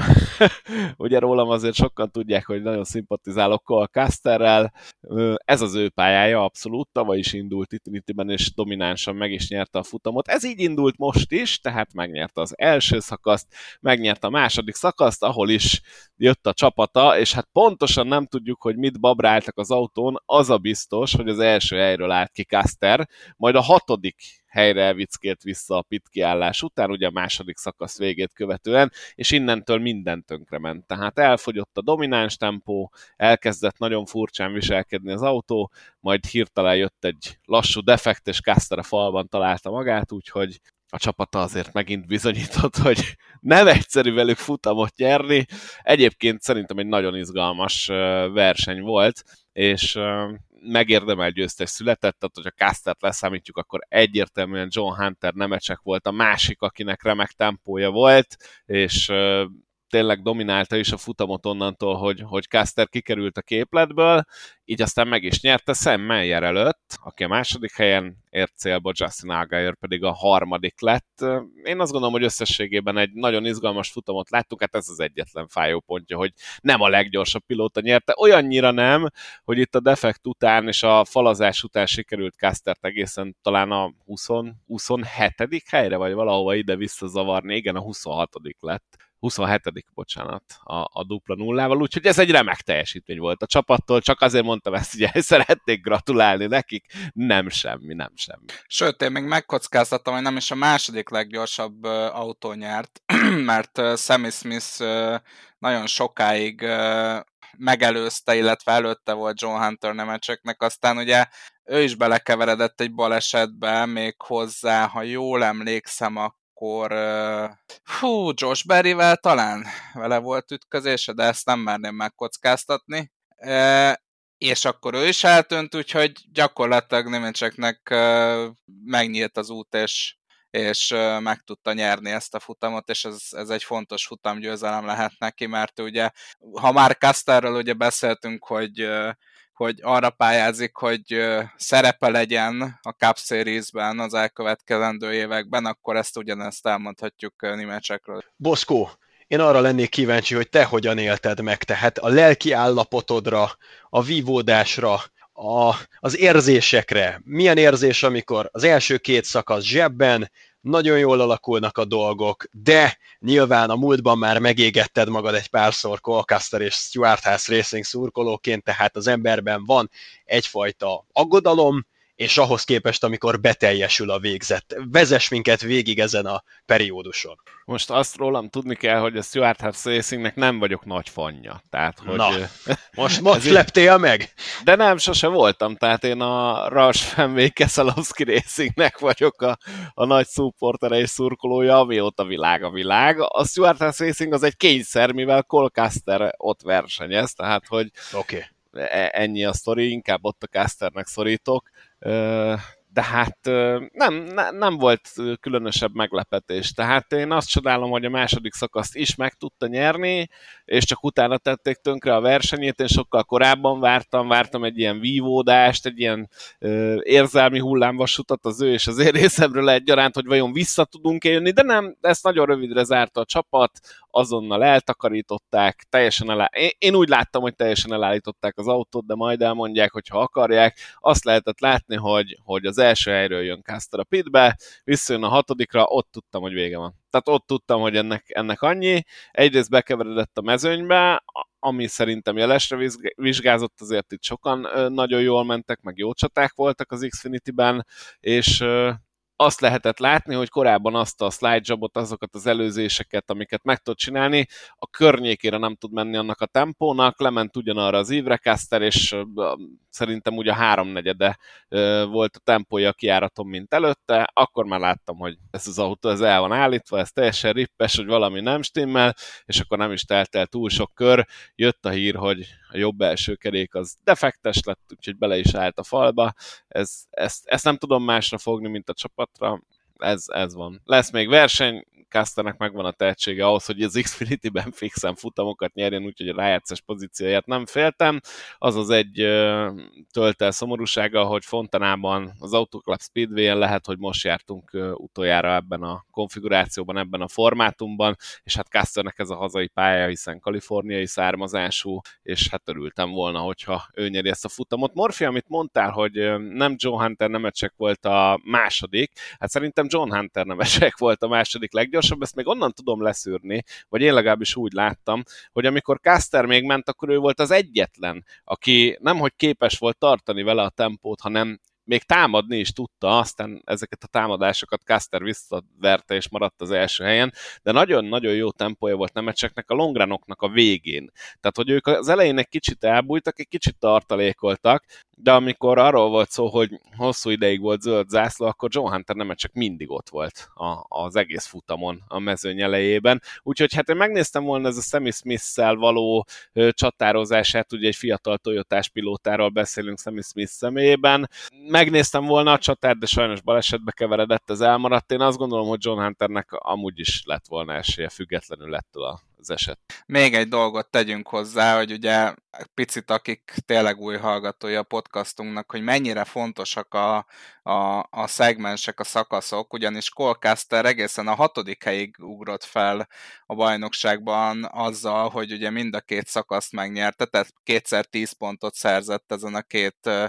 [SPEAKER 1] ugye rólam azért sokan tudják, hogy nagyon szimpatizálok Cole Custerrel, ez az ő pályája abszolút, tavaly is indult Xfinity-ben, és dominánsan meg is nyerte a futamot. Ez így indult most is, tehát megnyerte az első szakaszt, megnyerte a második szakaszt, ahol is jött a csapata, és hát pontosan nem tudjuk, hogy mit babráltak az autón, az a biztos, hogy az első helyről állt ki Custer, majd a hatodik helyre elvickélt vissza a pit kiállás után, ugye a második szakasz végét követően, és innentől minden tönkrement. Tehát elfogyott a domináns tempó, elkezdett nagyon furcsán viselkedni az autó, majd hirtelen jött egy lassú defekt, és Custer a falban találta magát, úgyhogy a csapata azért megint bizonyított, hogy nem egyszerű velük futamot nyerni. Egyébként szerintem egy nagyon izgalmas verseny volt, és megérdemelt győztes született, tehát hogyha Castert leszámítjuk, akkor egyértelműen John Hunter Nemeczek volt a másik, akinek remek tempója volt, és tényleg dominálta is a futamot onnantól, hogy, hogy Caster kikerült a képletből, így aztán meg is nyerte Sam Mayer előtt, aki a második helyen ért célba, Justin Allgaier pedig a harmadik lett. Én azt gondolom, hogy összességében egy nagyon izgalmas futamot láttuk, hát ez az egyetlen fájó pontja, hogy nem a leggyorsabb pilóta nyerte, olyannyira nem, hogy itt a defekt után és a falazás után sikerült Castert egészen talán a húsz, huszonhetedik helyre, vagy valahova ide visszazavarni, igen, a huszonhatodik lett. huszonhetedik bocsánat, a, a dupla nullával, úgyhogy ez egy remek teljesítmény volt a csapattól, csak azért mondtam ezt, hogy szeretnék gratulálni nekik, nem semmi, nem semmi.
[SPEAKER 3] Sőt, én még megkockáztattam, hogy nem is a második leggyorsabb uh, autó nyert, mert uh, Sammy Smith uh, nagyon sokáig uh, megelőzte, illetve előtte volt John Hunter Nemecseknek, aztán ugye ő is belekeveredett egy balesetbe, még hozzá, ha jól emlékszem, akkor uh, hú, Josh Berryvel talán vele volt ütközése, de ezt nem merném megkockáztatni. Uh, és akkor ő is eltűnt, úgyhogy gyakorlatilag Nemecseknek uh, megnyílt az út, és, és uh, meg tudta nyerni ezt a futamot, és ez, ez egy fontos futamgyőzelem lehet neki, mert ugye, ha már Casterről ugye beszéltünk, hogy uh, hogy arra pályázik, hogy szerepe legyen a Cup Series-ben az elkövetkezendő években, akkor ezt ugyanezt elmondhatjuk Nemecsekről.
[SPEAKER 2] Boszkó, én arra lennék kíváncsi, hogy te hogyan élted meg, tehát a lelki állapotodra, a vívódásra, a, az érzésekre. Milyen érzés, amikor az első két szakasz zsebben, nagyon jól alakulnak a dolgok, de nyilván a múltban már megégetted magad egy párszor Cole Custer és Stewart Haas Racing szurkolóként, tehát az emberben van egyfajta aggodalom, és ahhoz képest, amikor beteljesül a végzet. Vezess minket végig ezen a perióduson.
[SPEAKER 1] Most azt rólam tudni kell, hogy a Stewart Haas Racingnek nem vagyok nagy fanja. Tehát, hogy
[SPEAKER 2] Na, most, most leptél meg?
[SPEAKER 1] De nem, sose voltam. Tehát én a Roush Fenway Keselowski Racingnek vagyok a, a nagy szupportere és szurkolója, amióta világ a világ. A Stewart Haas Racing az egy kényszer, mivel Cole Custer ott versenyez, tehát hogy
[SPEAKER 2] okay.
[SPEAKER 1] Ennyi a sztori, inkább ott a Custernek szorítok. De hát nem, nem volt különösebb meglepetés. Tehát én azt csodálom, hogy a második szakaszt is meg tudta nyerni, és csak utána tették tönkre a versenyét. Én sokkal korábban vártam, vártam egy ilyen vívódást, egy ilyen ö, érzelmi hullámvasutat az ő és az én részemről egyaránt, hogy vajon vissza tudunk-e jönni, de nem, ezt nagyon rövidre zárta a csapat, azonnal eltakarították, teljesen elá... én, én úgy láttam, hogy teljesen elállították az autót, de majd elmondják, hogy ha akarják. Azt lehetett látni, hogy, hogy az első helyről jön Custer a pitbe, visszajön a hatodikra, ott tudtam, hogy vége van. Tehát ott tudtam, hogy ennek, ennek annyi. Egyrészt bekeveredett a mezőnybe, ami szerintem jelesre vizsgázott, azért itt sokan nagyon jól mentek, meg jó csaták voltak az Xfinity-ben, és azt lehetett látni, hogy korábban azt a slide jobot, azokat az előzéseket, amiket meg tud csinálni, a környékére nem tud menni annak a tempónak, lement ugyanarra az ívre Custer, és szerintem ugye a háromnegyede volt a tempója a kijáraton, mint előtte, akkor már láttam, hogy ez az autó ez el van állítva, ez teljesen rippes, hogy valami nem stimmel, és akkor nem is telt el túl sok kör, jött a hír, hogy a jobb első kerék az defektes lett, úgyhogy bele is állt a falba, ez, ezt, ezt nem tudom másra fogni, mint a csapatra, ez, ez van. Lesz még verseny, Custernek megvan a tehetsége ahhoz, hogy az Xfinity-ben fixen futamokat nyerjen, úgyhogy a rájátszás pozícióját nem féltem. Az az egy töltel szomorúsága, hogy Fontanában, az Auto Club Speedway-en lehet, hogy most jártunk utoljára ebben a konfigurációban, ebben a formátumban, és hát Custernek ez a hazai pálya, hiszen kaliforniai származású, és hát örültem volna, hogyha ő nyeri ezt a futamot. Morfi, amit mondtál, hogy nem John Hunter Nemeczek volt a második, hát szerintem John Hunter Nemeczek volt a második leggyorsabb, ezt még onnan tudom leszűrni, vagy én legalábbis úgy láttam, hogy amikor Custer még ment, akkor ő volt az egyetlen, aki nemhogy képes volt tartani vele a tempót, hanem még támadni is tudta, aztán ezeket a támadásokat Custer visszaverte és maradt az első helyen, de nagyon-nagyon jó tempója volt Nemecseknek a longranoknak a végén. Tehát, hogy ők az elején egy kicsit elbújtak, egy kicsit tartalékoltak, de amikor arról volt szó, hogy hosszú ideig volt zöld zászló, akkor John Hunter nem csak mindig ott volt a, az egész futamon a mezőny elejében. Úgyhogy hát én megnéztem volna ez a Sammy Smith-szel való ö, csatározását, ugye egy fiatal Toyotás pilótáról beszélünk Sammy Smith személyében. Megnéztem volna a csatát, de sajnos balesetbe keveredett, ez elmaradt. Én azt gondolom, hogy John Hunternek amúgy is lett volna esélye, függetlenül ettől a az eset.
[SPEAKER 3] Még egy dolgot tegyünk hozzá, hogy ugye picit akik tényleg új hallgatói a podcastunknak, hogy mennyire fontosak a, a, a szegmensek, a szakaszok, ugyanis Cole Custer egészen a hatodik helyig ugrott fel a bajnokságban azzal, hogy ugye mind a két szakaszt megnyerte, tehát kétszer tíz pontot szerzett ezen a két ö,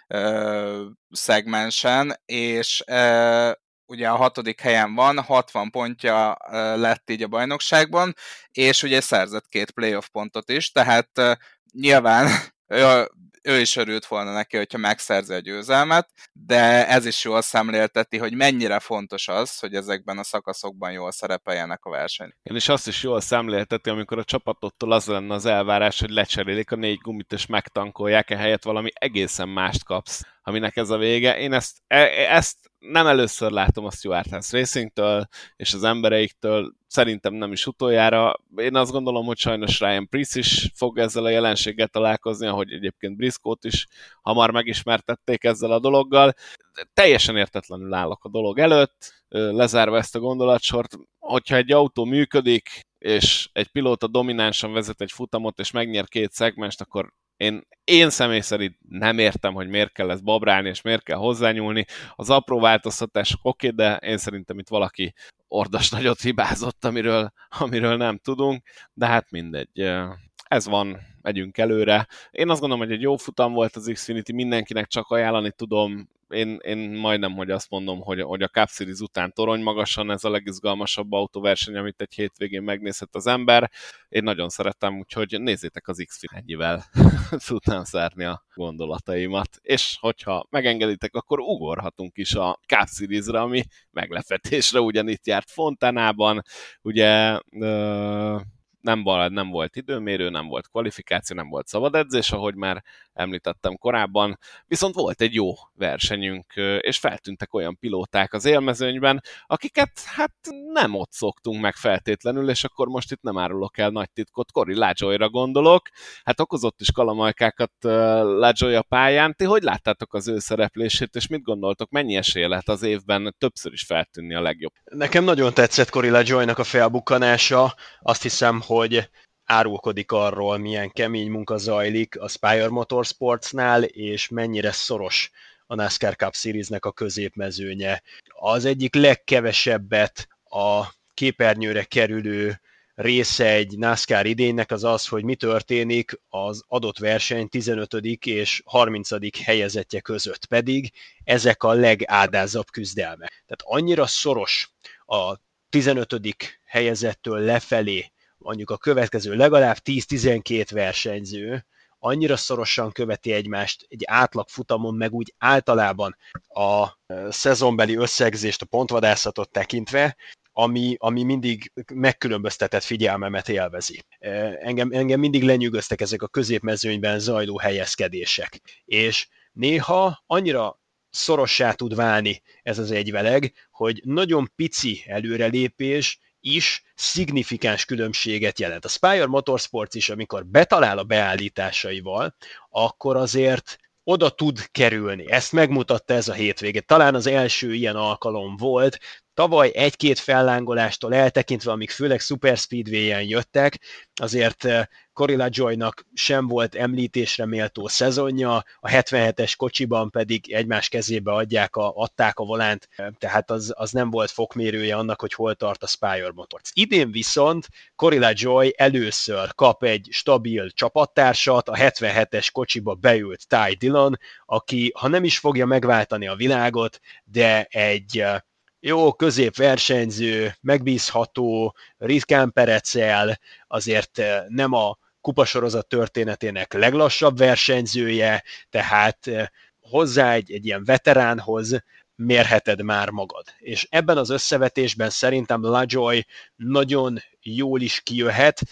[SPEAKER 3] ö, szegmensen, és ö, ugye a hatodik helyen van, hatvan pontja lett így a bajnokságban, és ugye szerzett két playoff pontot is, tehát nyilván ő, ő is örült volna neki, hogyha megszerzi a győzelmet, de ez is jól szemlélteti, hogy mennyire fontos az, hogy ezekben a szakaszokban jól szerepeljenek a verseny.
[SPEAKER 1] Én is azt is jól szemlélteti, amikor a csapatottól az lenne az elvárás, hogy lecserélik a négy gumit és megtankolják, ehelyett valami egészen mást kapsz, aminek ez a vége. Én ezt, ezt nem először látom a Stewart Haas Racingtől és az embereiktől, szerintem nem is utoljára. Én azt gondolom, hogy sajnos Ryan Preece is fog ezzel a jelenséggel találkozni, ahogy egyébként Briscoe-t is hamar megismertették ezzel a dologgal. Teljesen értetlenül állok a dolog előtt, lezárva ezt a gondolatsort, hogyha egy autó működik, és egy pilóta dominánsan vezet egy futamot, és megnyer két szegmenst, akkor Én, én személy szerint nem értem, hogy miért kell ezt babrálni, és miért kell hozzányúlni. Az apró változtatások oké, okay, de én szerintem itt valaki ordas nagyot hibázott, amiről, amiről nem tudunk, de hát mindegy. Ez van, megyünk előre. Én azt gondolom, hogy egy jó futam volt az Xfinity, mindenkinek csak ajánlani tudom. Én, én majdnem, hogy azt mondom, hogy, hogy a Cup Series után torony magasan ez a legizgalmasabb autóverseny, amit egy hétvégén megnézhet az ember. Én nagyon szeretem, úgyhogy nézzétek az Xfinity, ennyivel tudnám zárni a gondolataimat. És hogyha megengeditek, akkor ugorhatunk is a Cup Series-re, ami meglepetésre ugyanitt járt Fontanában. Ugye... Uh, Nem, nem volt időmérő, nem volt kvalifikáció, nem volt szabad edzés, ahogy már említettem korábban, viszont volt egy jó versenyünk, és feltűntek olyan pilóták az élmezőnyben, akiket hát nem ott szoktunk meg feltétlenül, és akkor most itt nem árulok el nagy titkot, Corey LaJoie-ra gondolok, hát okozott is kalamajkákat LaJoie a pályán. Ti hogy láttátok az ő szereplését, és mit gondoltok, mennyi esélye lehet az évben többször is feltűnni a legjobb?
[SPEAKER 2] Nekem nagyon tetszett Corey LaJoie-nak a felbukkanása, azt hiszem, hogy árulkodik arról, milyen kemény munka zajlik a Spire Motorsportsnál, és mennyire szoros a NASCAR Cup Series-nek a középmezőnye. Az egyik legkevesebbet a képernyőre kerülő része egy NASCAR idénynek az az, hogy mi történik az adott verseny tizenötödik és harmincadik helyezettje között, pedig ezek a legádázabb küzdelmek. Tehát annyira szoros a tizenötödik helyezettől lefelé, mondjuk a következő legalább tíz-tizenkét versenyző, annyira szorosan követi egymást egy átlag futamon, meg úgy általában a szezonbeli összegzést, a pontvadászatot tekintve, ami, ami mindig megkülönböztetett figyelmemet élvezi. Engem, engem mindig lenyűgöztek ezek a középmezőnyben zajló helyezkedések. És néha annyira szorossá tud válni ez az egyveleg, hogy nagyon pici előrelépés is szignifikáns különbséget jelent. A Spire Motorsports is, amikor betalál a beállításaival, akkor azért oda tud kerülni. Ezt megmutatta ez a hétvége. Talán az első ilyen alkalom volt. Tavaly egy-két fellángolástól eltekintve, amik főleg Super Speedway-en jöttek, azért Corey LaJoie-nak sem volt említésre méltó szezonja, a hetvenhetes kocsiban pedig egymás kezébe adják a, adták a volánt, tehát az, az nem volt fokmérője annak, hogy hol tart a Spire Motors. Idén viszont Corey LaJoie először kap egy stabil csapattársat, a hetvenhetes kocsiba beült Ty Dillon, aki, ha nem is fogja megváltani a világot, de egy jó középversenyző, megbízható, ritkán perecel, azért nem a kupasorozat történetének leglassabb versenyzője, tehát hozzá egy, egy ilyen veteránhoz mérheted már magad. És ebben az összevetésben szerintem LaJoie nagyon jól is kijöhet.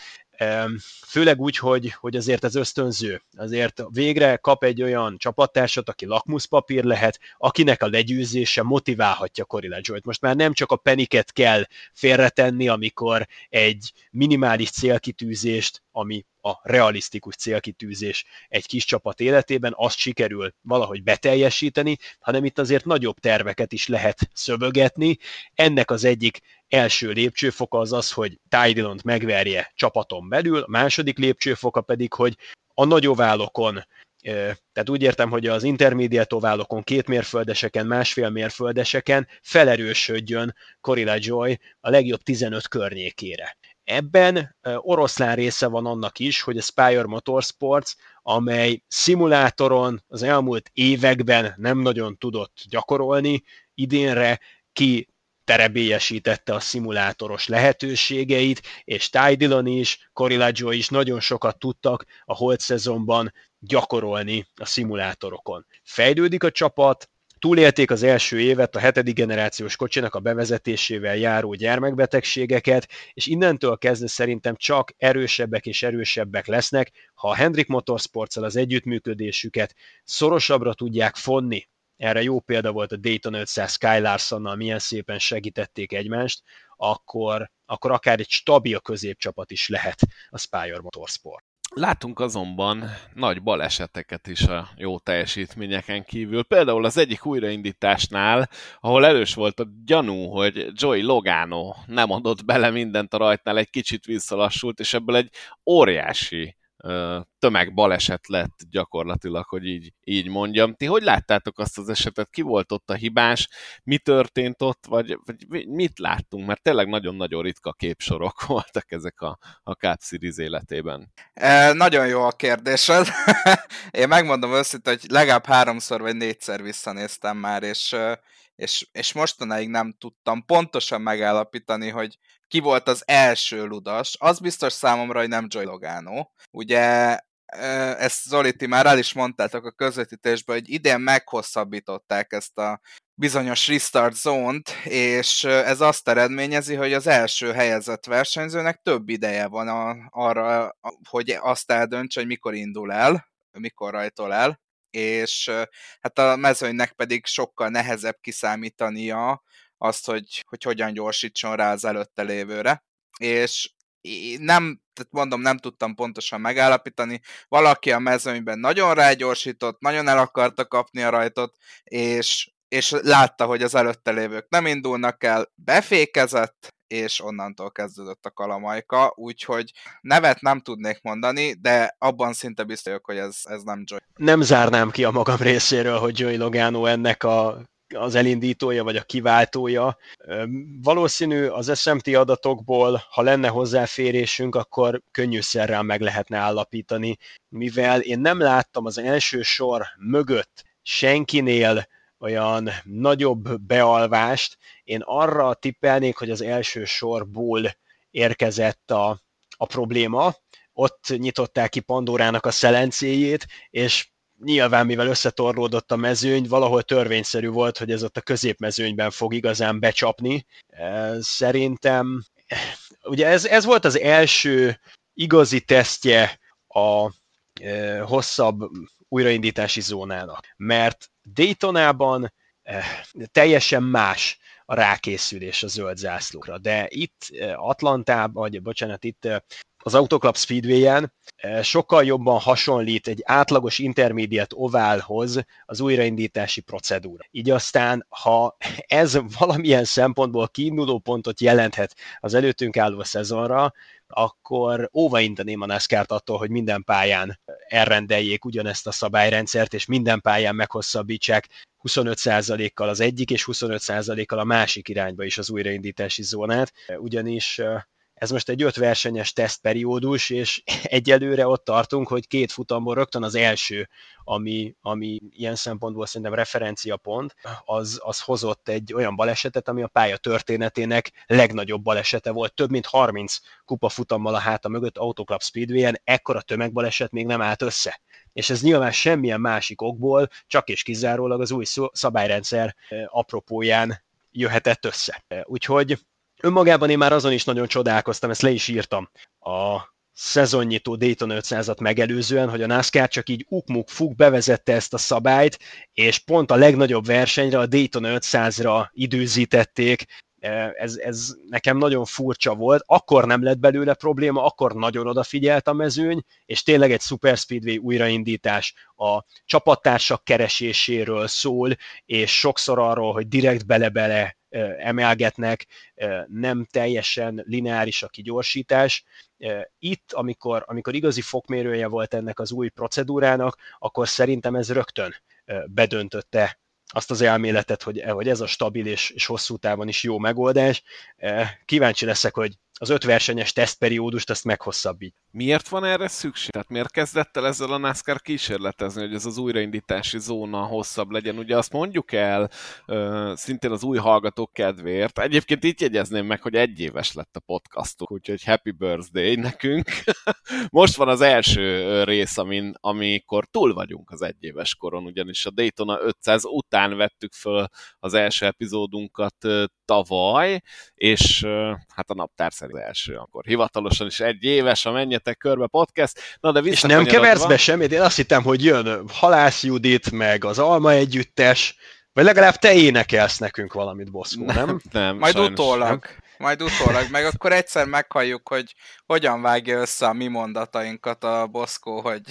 [SPEAKER 2] főleg úgy, hogy, hogy azért ez ösztönző. Azért végre kap egy olyan csapattársat, aki lakmuszpapír lehet, akinek a legyőzése motiválhatja Corey LaJoyt. Most már nem csak a peniket kell félretenni, amikor egy minimális célkitűzést, ami a realisztikus célkitűzés egy kis csapat életében, azt sikerül valahogy beteljesíteni, hanem itt azért nagyobb terveket is lehet szövögetni. Ennek az egyik első lépcsőfoka az az, hogy Ty Dillont megverje csapaton belül, a második lépcsőfoka pedig, hogy a nagy oválokon, tehát úgy értem, hogy az intermediate oválokon, két mérföldeseken, másfél mérföldeseken felerősödjön Corey LaJoy a legjobb tizenöt környékére. Ebben oroszlán része van annak is, hogy a Spire Motorsports, amely szimulátoron az elmúlt években nem nagyon tudott gyakorolni, idénre ki terebélyesítette a szimulátoros lehetőségeit, és Ty Dillon is, Corey LaJoy is nagyon sokat tudtak a holt szezonban gyakorolni a szimulátorokon. Fejlődik a csapat, túlélték az első évet, a hetedik generációs kocsinak a bevezetésével járó gyermekbetegségeket, és innentől kezdve szerintem csak erősebbek és erősebbek lesznek, ha a Hendrick Motorsports-al az együttműködésüket szorosabbra tudják fonni. Erre jó példa volt a Daytona ötszáz Kyle Larsonnal, milyen szépen segítették egymást, akkor, akkor akár egy stabil középcsapat is lehet a Spire Motorsport.
[SPEAKER 1] Látunk azonban nagy baleseteket is a jó teljesítményeken kívül. Például az egyik újraindításnál, ahol elős volt a gyanú, hogy Joey Logano nem adott bele mindent a rajtnál, egy kicsit visszalassult, és ebből egy óriási tömegbaleset lett gyakorlatilag, hogy így, így mondjam. Ti hogy láttátok azt az esetet? Ki volt ott a hibás? Mi történt ott? Vagy, vagy mit láttunk? Mert tényleg nagyon-nagyon ritka képsorok voltak ezek a, a Cup Series életében.
[SPEAKER 3] E, nagyon jó a kérdésed. Én megmondom őszintén, hogy legalább háromszor vagy négyszer visszanéztem már, és, és, és mostanáig nem tudtam pontosan megállapítani, hogy ki volt az első ludas. Az biztos számomra, hogy nem Joey Logano. Ugye ezt Zoli, ti már el is mondtátok a közvetítésben, hogy idén meghosszabbították ezt a bizonyos restart zone-t, és ez azt eredményezi, hogy az első helyezett versenyzőnek több ideje van a, arra, hogy azt eldöntse, hogy mikor indul el, mikor rajtol el, és hát a mezőnynek pedig sokkal nehezebb kiszámítania azt, hogy, hogy hogyan gyorsítson rá az előtte lévőre, és nem, tehát mondom, nem tudtam pontosan megállapítani, valaki a mezőnyben nagyon rágyorsított, nagyon el akarta kapni a rajtot, és, és látta, hogy az előtte lévők nem indulnak el, befékezett, és onnantól kezdődött a kalamajka, úgyhogy nevet nem tudnék mondani, de abban szinte biztos vagyok, hogy ez, ez nem Joey.
[SPEAKER 2] Nem zárnám ki a magam részéről, hogy Joey Logano ennek a az elindítója, vagy a kiváltója. Valószínű az es em té adatokból, ha lenne hozzáférésünk, akkor könnyűszerrel meg lehetne állapítani, mivel én nem láttam az első sor mögött senkinél olyan nagyobb bealvást, én arra tippelnék, hogy az első sorból érkezett a, a probléma, ott nyitották ki Pandorának a szelencéjét, és nyilván, mivel összetorlódott a mezőny, valahol törvényszerű volt, hogy ez ott a középmezőnyben fog igazán becsapni. Szerintem, ugye ez, ez volt az első igazi tesztje a e, hosszabb újraindítási zónának, mert Daytonában e, teljesen más a rákészülés a zöld zászlókra, de itt Atlantában, vagy bocsánat, itt az Auto Club Speedway-en sokkal jobban hasonlít egy átlagos intermediate oválhoz az újraindítási procedúra. Így aztán, ha ez valamilyen szempontból kiinduló pontot jelenthet az előttünk álló szezonra, akkor óvainteném a NASCAR-t attól, hogy minden pályán elrendeljék ugyanezt a szabályrendszert, és minden pályán meghosszabbítsák huszonöt százalékkal az egyik, és huszonöt százalékkal a másik irányba is az újraindítási zónát, ugyanis ez most egy öt versenyes tesztperiódus, és egyelőre ott tartunk, hogy két futamból rögtön az első, ami, ami ilyen szempontból szerintem referenciapont, az, az hozott egy olyan balesetet, ami a pálya történetének legnagyobb balesete volt. Több mint harminc kupa futammal a háta mögött Auto Club Speedway-en, ekkora tömegbaleset még nem állt össze. És ez nyilván semmilyen másik okból, csak és kizárólag az új szabályrendszer apropóján jöhetett össze. Úgyhogy önmagában én már azon is nagyon csodálkoztam, ezt le is írtam a szezonnyitó Daytona ötszázat megelőzően, hogy a NASCAR csak így ukmuk-fuk bevezette ezt a szabályt, és pont a legnagyobb versenyre, a Daytona ötszázra időzítették. Ez, ez nekem nagyon furcsa volt, akkor nem lett belőle probléma, akkor nagyon odafigyelt a mezőny, és tényleg egy Super Speedway újraindítás a csapattársak kereséséről szól, és sokszor arról, hogy direkt bele-bele emelgetnek, nem teljesen lineáris a kigyorsítás. Itt, amikor, amikor igazi fokmérője volt ennek az új procedúrának, akkor szerintem ez rögtön bedöntötte azt az elméletet, hogy, hogy ez a stabil és, és hosszú távon is jó megoldás. Kíváncsi leszek, hogy az öt versenyes tesztperiódust azt meghosszabbít.
[SPEAKER 1] Miért van erre szükség? Tehát miért kezdett el ezzel a NASCAR kísérletezni, hogy ez az újraindítási zóna hosszabb legyen? Ugye azt mondjuk el, uh, szintén az új hallgatók kedvéért. Egyébként itt jegyezném meg, hogy egy éves lett a podcastunk, úgyhogy happy birthday nekünk. Most van az első rész, amin, amikor túl vagyunk az egyéves koron, ugyanis a Daytona ötszáz után vettük föl az első epizódunkat uh, tavaly, és uh, hát a naptár szerint az első, akkor hivatalosan is egy éves, a Menjetek Körbe podcast. Na, de
[SPEAKER 2] és nem keversz be semmit? Én azt hittem, hogy jön Halász Judit, meg az Alma együttes, vagy legalább te énekelsz nekünk valamit, Boszkó, nem?
[SPEAKER 1] Nem, nem
[SPEAKER 3] Majd
[SPEAKER 1] sajnos,
[SPEAKER 3] utólag.
[SPEAKER 1] Nem.
[SPEAKER 3] Majd utólag, meg akkor egyszer meghalljuk, hogy hogyan vágja össze a mi mondatainkat a Boszkó, hogy,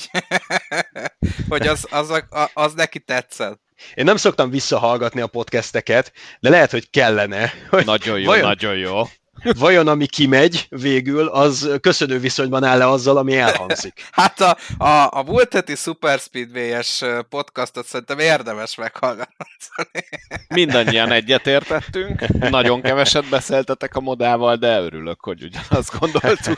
[SPEAKER 3] hogy az, az, az neki tetszett.
[SPEAKER 2] Én nem szoktam visszahallgatni a podcasteket, de lehet, hogy kellene. Hogy
[SPEAKER 1] nagyon jó,
[SPEAKER 2] vajon,
[SPEAKER 1] nagyon jó.
[SPEAKER 2] Vajon ami kimegy végül, az köszönő viszonyban áll-e azzal, ami elhangzik?
[SPEAKER 3] Hát a, a, a múlt heti Super Speedway-es podcastot szerintem érdemes meghallgatni.
[SPEAKER 1] Mindannyian egyetértettünk, nagyon keveset beszéltetek a modával, de örülök, hogy ugyanazt gondoltuk.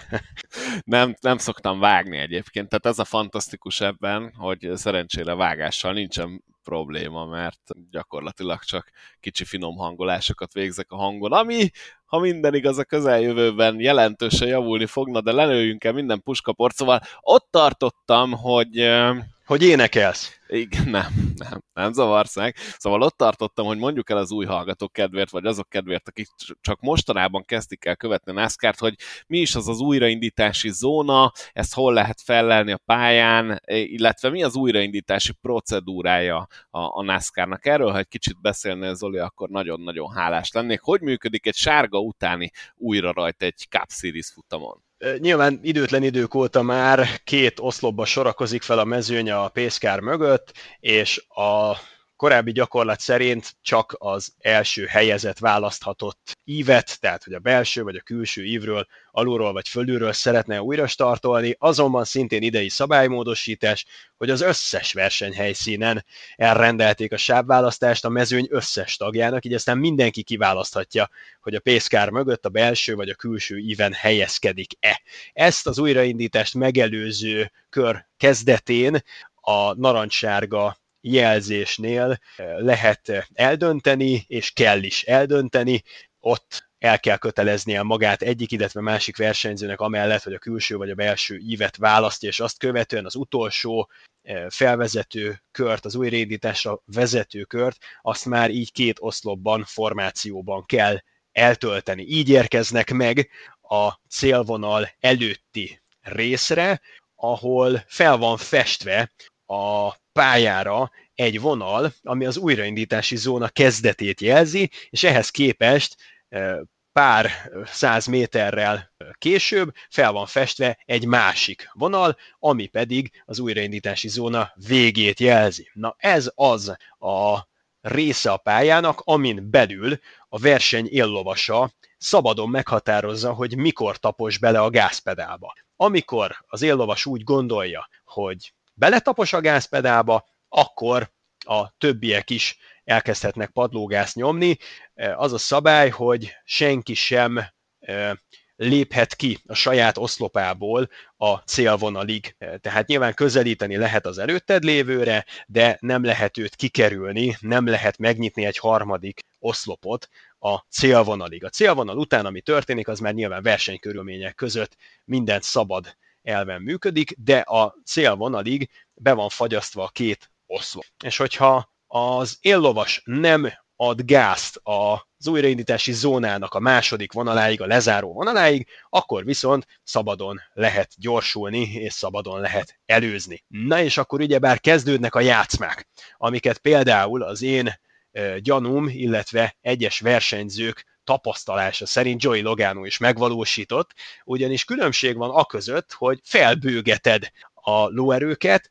[SPEAKER 1] Nem, nem szoktam vágni egyébként, tehát ez a fantasztikus ebben, hogy szerencsére vágással nincsen probléma, mert gyakorlatilag csak kicsi finom hangolásokat végzek a hangon, ami, ha minden igaz, a közeljövőben jelentősen javulni fogna, de lelőjünk el minden puskaport, szóval ott tartottam, hogy...
[SPEAKER 2] Hogy énekelsz.
[SPEAKER 1] Igen, nem, nem, nem zavarsz meg. Szóval ott tartottam, hogy mondjuk el az új hallgatók kedvéért, vagy azok kedvéért, akik csak mostanában kezdik el követni a NASCAR-t, hogy mi is az az újraindítási zóna, ezt hol lehet fellelni a pályán, illetve mi az újraindítási procedúrája a, a NASCAR-nak. Erről, ha egy kicsit beszélnél, Zoli, akkor nagyon-nagyon hálás lennék. Hogy működik egy sárga utáni újra rajta egy Cup Series futamon?
[SPEAKER 2] Nyilván időtlen idők óta már két oszlopba sorakozik fel a mezőny a Pace-car mögött, és a korábbi gyakorlat szerint csak az első helyezett választhatott ívet, tehát hogy a belső vagy a külső ívről, alulról vagy fölülről szeretne újra startolni, azonban szintén idei szabálymódosítás, hogy az összes versenyhelyszínen elrendelték a sávválasztást a mezőny összes tagjának, így aztán mindenki kiválaszthatja, hogy a Pace-car mögött a belső vagy a külső íven helyezkedik-e. Ezt az újraindítást megelőző kör kezdetén a narancssárga jelzésnél lehet eldönteni, és kell is eldönteni, ott el kell köteleznie magát egyik, illetve másik versenyzőnek amellett, hogy a külső vagy a belső ívet választja, és azt követően az utolsó felvezető kört, az újraindításra vezető kört, azt már így két oszlopban, formációban kell eltölteni. Így érkeznek meg a célvonal előtti részre, ahol fel van festve a pályára egy vonal, ami az újraindítási zóna kezdetét jelzi, és ehhez képest pár száz méterrel később fel van festve egy másik vonal, ami pedig az újraindítási zóna végét jelzi. Na ez az a része a pályának, amin belül a verseny éllovasa szabadon meghatározza, hogy mikor tapos bele a gázpedálba. Amikor az éllovas úgy gondolja, hogy beletapos a gázpedálba, akkor a többiek is elkezdhetnek padlógázt nyomni. Az a szabály, hogy senki sem léphet ki a saját oszlopából a célvonalig. Tehát nyilván közelíteni lehet az előtted lévőre, de nem lehet őt kikerülni, nem lehet megnyitni egy harmadik oszlopot a célvonalig. A célvonal után, ami történik, az már nyilván versenykörülmények között mindent szabad elven működik, de a célvonalig be van fagyasztva a két oszlop. És hogyha az éllovas nem ad gázt az újraindítási zónának a második vonaláig, a lezáró vonaláig, akkor viszont szabadon lehet gyorsulni, és szabadon lehet előzni. Na és akkor ugyebár kezdődnek a játszmák, amiket például az én e, gyanúm, illetve egyes versenyzők tapasztalása szerint Joey Logano is megvalósított, ugyanis különbség van aközött, hogy felbőgeted a lóerőket,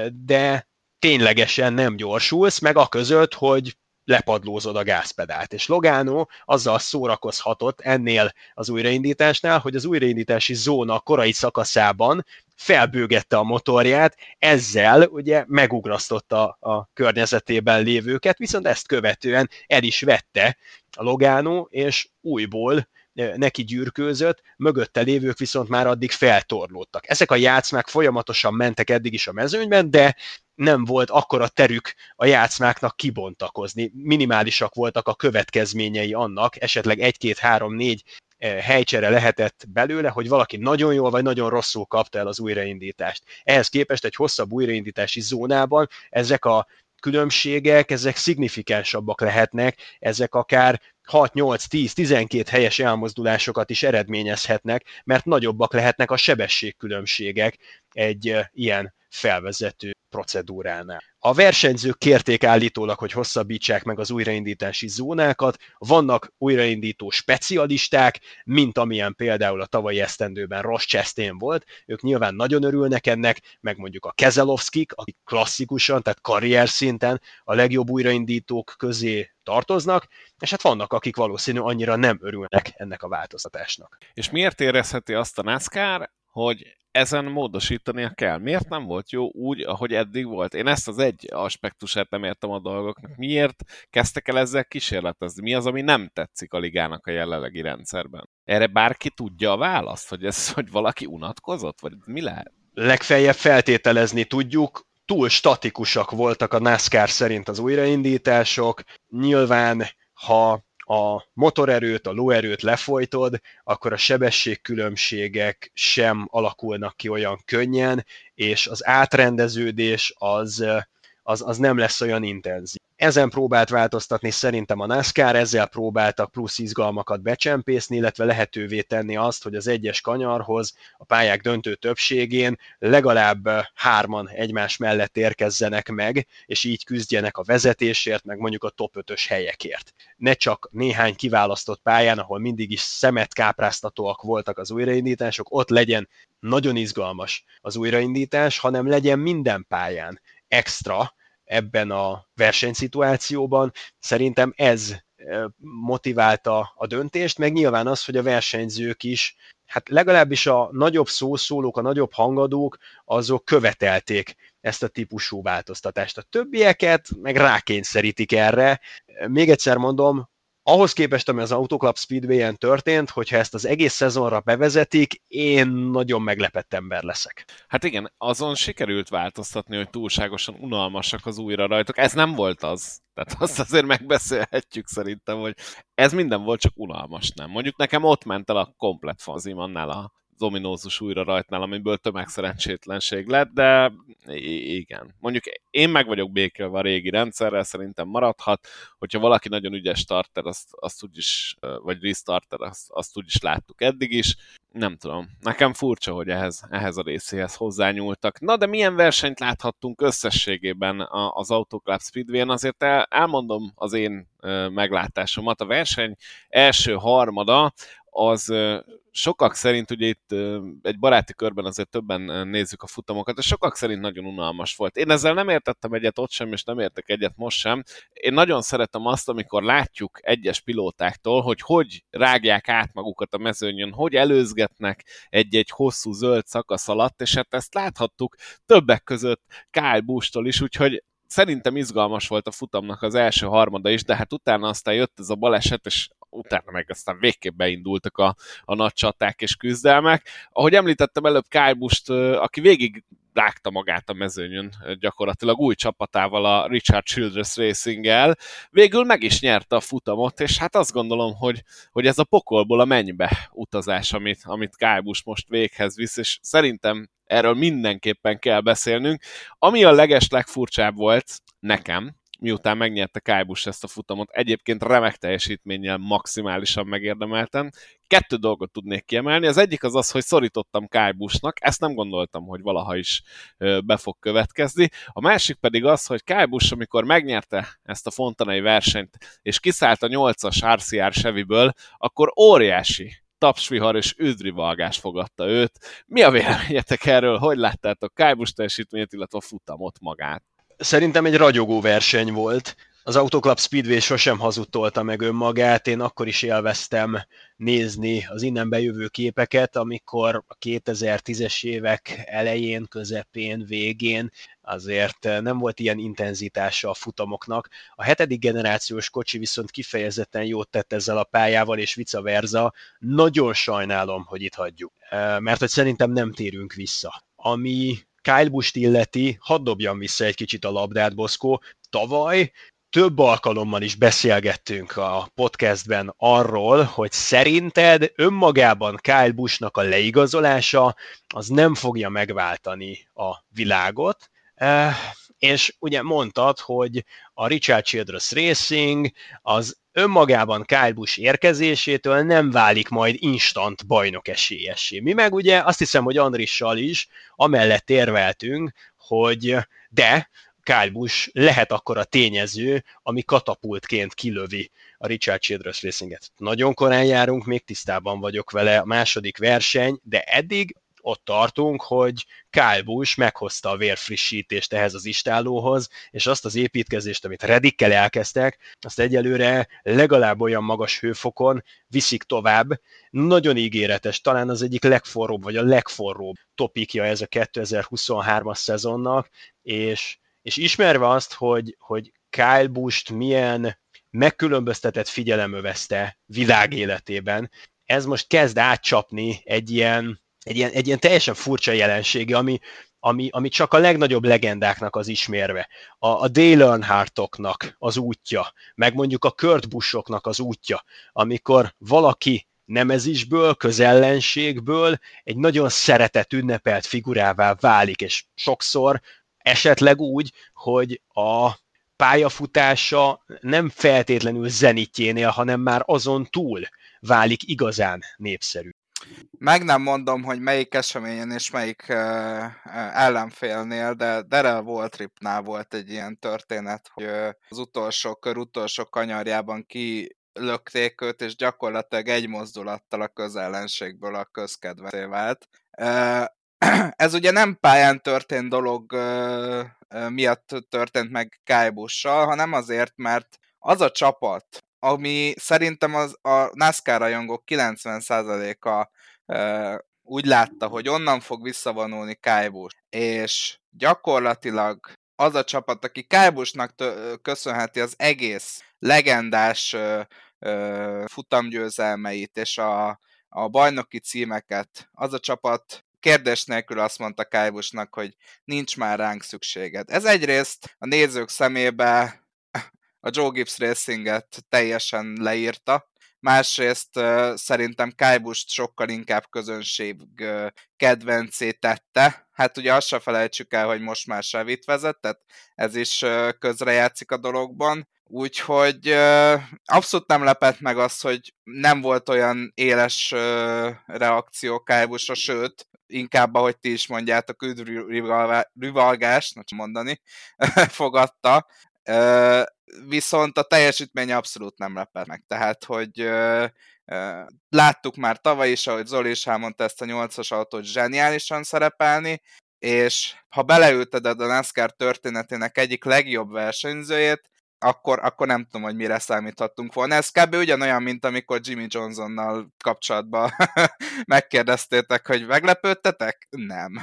[SPEAKER 2] de ténylegesen nem gyorsulsz, meg aközött, hogy lepadlózod a gázpedált. És Logano azzal szórakozhatott ennél az újraindításnál, hogy az újraindítási zóna korai szakaszában felbőgette a motorját, ezzel ugye megugrasztotta a környezetében lévőket, viszont ezt követően el is vette a Logano, és újból neki gyűrkőzött, mögötte lévők viszont már addig feltorlódtak. Ezek a játszmák folyamatosan mentek eddig is a mezőnyben, de nem volt akkora terük a játszmáknak kibontakozni. Minimálisak voltak a következményei annak, esetleg egy-két-három-négy helycsere lehetett belőle, hogy valaki nagyon jól vagy nagyon rosszul kapta el az újraindítást. Ehhez képest egy hosszabb újraindítási zónában ezek a különbségek, ezek szignifikánsabbak lehetnek, ezek akár hat, nyolc, tíz, tizenkét helyes elmozdulásokat is eredményezhetnek, mert nagyobbak lehetnek a sebességkülönbségek egy ilyen felvezető procedúránál. A versenyzők kérték állítólag, hogy hosszabbítsák meg az újraindítási zónákat, vannak újraindító specialisták, mint amilyen például a tavalyi esztendőben Ross Chastain volt, ők nyilván nagyon örülnek ennek, meg mondjuk a Keselowskik, akik klasszikusan, tehát karrier szinten a legjobb újraindítók közé tartoznak, és hát vannak, akik valószínű annyira nem örülnek ennek a változtatásnak.
[SPEAKER 1] És miért érezheti azt a NASCAR, hogy ezen módosítania kell? Miért nem volt jó úgy, ahogy eddig volt? Én ezt az egy aspektusát nem értem a dolgoknak. Miért kezdtek el ezzel kísérletezni? Mi az, ami nem tetszik a ligának a jelenlegi rendszerben? Erre bárki tudja a választ, hogy ez, hogy valaki unatkozott? Vagy mi lehet?
[SPEAKER 2] Legfeljebb feltételezni tudjuk, túl statikusak voltak a NASCAR szerint az újraindítások. Nyilván, ha a motorerőt, a lóerőt lefolytod, akkor a sebességkülönbségek sem alakulnak ki olyan könnyen, és az átrendeződés az, az, az nem lesz olyan intenzív. Ezen próbált változtatni szerintem a NASCAR, ezzel próbáltak plusz izgalmakat becsempészni, illetve lehetővé tenni azt, hogy az egyes kanyarhoz a pályák döntő többségén legalább hárman egymás mellett érkezzenek meg, és így küzdjenek a vezetésért, meg mondjuk a top ötös helyekért. Ne csak néhány kiválasztott pályán, ahol mindig is szemetkápráztatóak voltak az újraindítások, ott legyen nagyon izgalmas az újraindítás, hanem legyen minden pályán extra, ebben a versenyszituációban. Szerintem ez motiválta a döntést, meg nyilván az, hogy a versenyzők is, hát legalábbis a nagyobb szószólók, a nagyobb hangadók, azok követelték ezt a típusú változtatást. A többieket meg rákényszerítik erre. Még egyszer mondom, ahhoz képest, ami az Autoclub Speedway-en történt, hogyha ezt az egész szezonra bevezetik, én nagyon meglepett ember leszek.
[SPEAKER 1] Hát igen, azon sikerült változtatni, hogy túlságosan unalmasak az újra rajtok. Ez nem volt az. Tehát azt azért megbeszélhetjük szerintem, hogy ez minden volt, csak unalmas, nem. Mondjuk nekem ott ment el a komplet fazim annál a az ominózus újra rajtnál, amiből tömegszerencsétlenség lett, de igen. Mondjuk én meg vagyok békélve a régi rendszerrel, szerintem maradhat, hogyha valaki nagyon ügyes starter, azt, azt úgyis, vagy restarter, azt, azt úgyis láttuk eddig is. Nem tudom. Nekem furcsa, hogy ehhez, ehhez a részéhez hozzányúltak. Na, de milyen versenyt láthattunk összességében az Autoclub Speedway-en? Azért el, elmondom az én meglátásomat. A verseny első harmada az sokak szerint, ugye itt egy baráti körben azért többen nézzük a futamokat, és sokak szerint nagyon unalmas volt. Én ezzel nem értettem egyet ott sem, és nem értek egyet most sem. Én nagyon szeretem azt, amikor látjuk egyes pilótáktól, hogy hogy rágják át magukat a mezőnyön, hogy előzgetnek egy-egy hosszú zöld szakasz alatt, és hát ezt láthattuk többek között Kyle Busch-tól is, úgyhogy szerintem izgalmas volt a futamnak az első harmada is, de hát utána aztán jött ez a baleset, és utána meg aztán végképp beindultak a, a nagy csaták és küzdelmek. Ahogy említettem előbb Kyle Busch-t, aki végig rágta magát a mezőnyön gyakorlatilag új csapatával, a Richard Childress Racing-el, végül meg is nyerte a futamot, és hát azt gondolom, hogy, hogy ez a pokolból a mennybe utazás, amit, amit Kyle Busch most véghez visz, és szerintem erről mindenképpen kell beszélnünk. Ami a leges legfurcsább volt nekem, miután megnyerte Kyle Busch ezt a futamot, egyébként remek teljesítménnyel maximálisan megérdemelten. Kettő dolgot tudnék kiemelni. Az egyik az az, hogy szorítottam Kyle Buschnak, ezt nem gondoltam, hogy valaha is be fog következni. A másik pedig az, hogy Kyle Busch, amikor megnyerte ezt a fontanai versenyt, és kiszállt a nyolcas er cé er Chevyből, akkor óriási tapsvihar és üdvrivalgás fogadta őt. Mi a véleményetek erről? Hogy láttátok Kyle Busch teljesítményét, illetve a futamot magát?
[SPEAKER 2] Szerintem egy ragyogó verseny volt. Az Autoclub Speedway sosem hazudtolta meg önmagát, én akkor is élveztem nézni az innen bejövő képeket, amikor a kétezer-tízes évek elején, közepén, végén azért nem volt ilyen intenzitása a futamoknak. A hetedik generációs kocsi viszont kifejezetten jót tett ezzel a pályával, és vice versa. Nagyon sajnálom, hogy itt hagyjuk, mert hogy szerintem nem térünk vissza. Ami Kyle Busch-t illeti, hadd dobjam vissza egy kicsit a labdát, Boszkó. Tavaly több alkalommal is beszélgettünk a podcastben arról, hogy szerinted önmagában Kyle Busch-nak a leigazolása az nem fogja megváltani a világot, és ugye mondtad, hogy a Richard Childress Racing az önmagában Kyle Busch érkezésétől nem válik majd instant bajnok esélyessé. Mi meg ugye azt hiszem, hogy Andrissal is amellett érveltünk, hogy de Kyle Busch lehet akkor a tényező, ami katapultként kilövi a Richard Childress Racinget. Nagyon korán járunk, még tisztában vagyok vele, a második verseny, de eddig ott tartunk, hogy Kyle Busch meghozta a vérfrissítést ehhez az istállóhoz, és azt az építkezést, amit Reddickkel elkezdtek, azt egyelőre legalább olyan magas hőfokon viszik tovább. Nagyon ígéretes, talán az egyik legforróbb, vagy a legforróbb topikja ez a kétezer-huszonhármas szezonnak, és, és ismerve azt, hogy, hogy Kyle Busch-t milyen megkülönböztetett figyelem övezte világéletében, ez most kezd átcsapni egy ilyen Egy ilyen, egy ilyen teljesen furcsa jelensége, ami, ami, ami csak a legnagyobb legendáknak az ismérve. A, a Dale Earnhardtoknak az útja, meg mondjuk a Kurt Buschoknak az útja, amikor valaki nemezisből, közellenségből egy nagyon szeretett, ünnepelt figurává válik, és sokszor esetleg úgy, hogy a pályafutása nem feltétlenül zenitjénél, hanem már azon túl válik igazán népszerű.
[SPEAKER 3] Meg nem mondom, hogy melyik eseményen és melyik uh, ellenfélnél, de Darrell Waltripnál volt egy ilyen történet, hogy uh, az utolsó kör utolsó kanyarjában kilökték őt, és gyakorlatilag egy mozdulattal a közellenségből a közkedvencé vált. Uh, ez ugye nem pályán történt dolog uh, uh, miatt történt meg Kyle Busch-sal, hanem azért, mert az a csapat, ami szerintem az, a NASCAR rajongók kilencven százaléka uh, úgy látta, hogy onnan fog visszavonulni Kyle Busch, és gyakorlatilag az a csapat, aki Kyle Busch-nak t- köszönheti az egész legendás uh, uh, futamgyőzelmeit és a, a bajnoki címeket, az a csapat kérdés nélkül azt mondta Kyle Busch-nak, hogy nincs már ránk szükséged. Ez egyrészt a nézők szemébe a Joe Gibbs Racinget teljesen leírta, másrészt uh, szerintem Kyle Busch-t sokkal inkább közönség uh, kedvencé tette. Hát ugye azt se felejtsük el, hogy most már Chevy-t vezet, tehát ez is uh, közrejátszik a dologban. Úgyhogy uh, abszolút nem lepett meg az, hogy nem volt olyan éles uh, reakció Kyle Busch-ra, sőt, inkább, ahogy ti is mondjátok, üdvrivalgás, na csak mondani, fogadta. Uh, viszont a teljesítmény abszolút nem lepett meg. Tehát, hogy uh, uh, láttuk már tavaly is, ahogy Zoli is elmondta, ezt a nyolcas autót zseniálisan szerepelni, és ha beleülted a NASCAR történetének egyik legjobb versenyzőjét, akkor, akkor nem tudom, hogy mire számíthattunk volna. Ez kb. Ugyanolyan, mint amikor Jimmy Johnsonnal kapcsolatban megkérdeztétek, hogy meglepődtetek? Nem.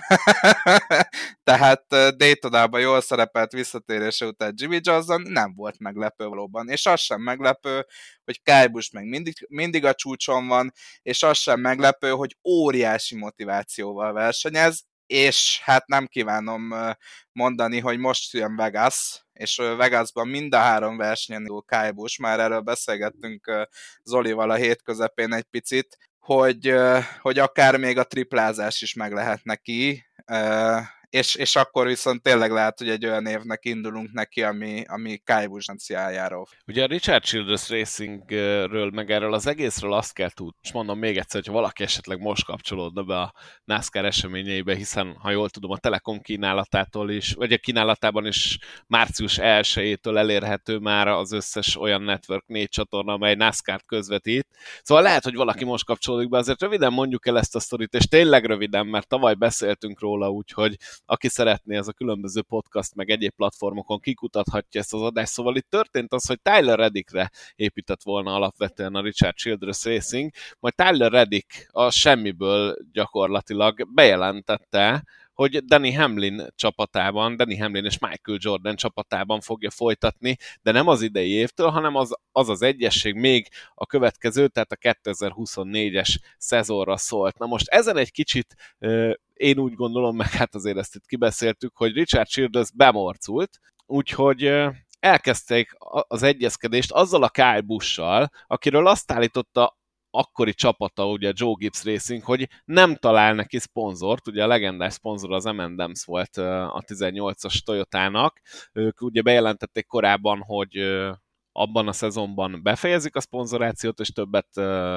[SPEAKER 3] Tehát Daytonában jól szerepelt visszatérése után Jimmy Johnson nem volt meglepő valóban. És az sem meglepő, hogy Kyle Busch meg mindig, mindig a csúcson van, és az sem meglepő, hogy óriási motivációval versenyez, és hát nem kívánom mondani, hogy most jön Vegas, és Vegasban mind a három versenyen indul Kyle Busch, már erről beszélgettünk Zolival a hét közepén egy picit, hogy, hogy akár még a triplázás is meg lehet neki, és, és akkor viszont tényleg lehet, hogy egy olyan évnek indulunk neki, ami, ami Kyle Busch-járól.
[SPEAKER 1] Ugye a Richard Childress Racingről, meg erről az egészről azt kell tudni, és mondom még egyszer, hogy valaki esetleg most kapcsolódna be a NASCAR eseményeibe, hiszen, ha jól tudom, a Telekom kínálatától is, vagy a kínálatában is március elsejétől elérhető már az összes olyan Network négy csatorna, amely NASCAR-t közvetít. Szóval lehet, hogy valaki most kapcsolódik be, azért röviden mondjuk el ezt a sztorit, és tényleg röviden, mert tavaly beszéltünk róla, úgyhogy aki szeretné, ez a különböző podcast, meg egyéb platformokon kikutathatja ezt az adást. Szóval itt történt az, hogy Tyler Reddickre épített volna alapvetően a Richard Childress Racing, majd Tyler Reddick a semmiből gyakorlatilag bejelentette, hogy Denny Hamlin csapatában, Denny Hamlin és Michael Jordan csapatában fogja folytatni, de nem az idei évtől, hanem az az, az egyesség még a következő, tehát a kétezer-huszonnégyes szezonra szólt. Na most ezen egy kicsit én úgy gondolom, meg hát azért ezt itt kibeszéltük, hogy Richard Childress bemorcult, úgyhogy elkezdték az egyezkedést azzal a Kyle Busch-sal, akiről azt állította akkori csapata, ugye Joe Gibbs Racing, hogy nem talál neki szponzort, ugye a legendás szponzor az em and em's volt a tizennyolcas Toyotának, ők ugye bejelentették korábban, hogy abban a szezonban befejezik a szponzorációt, és többet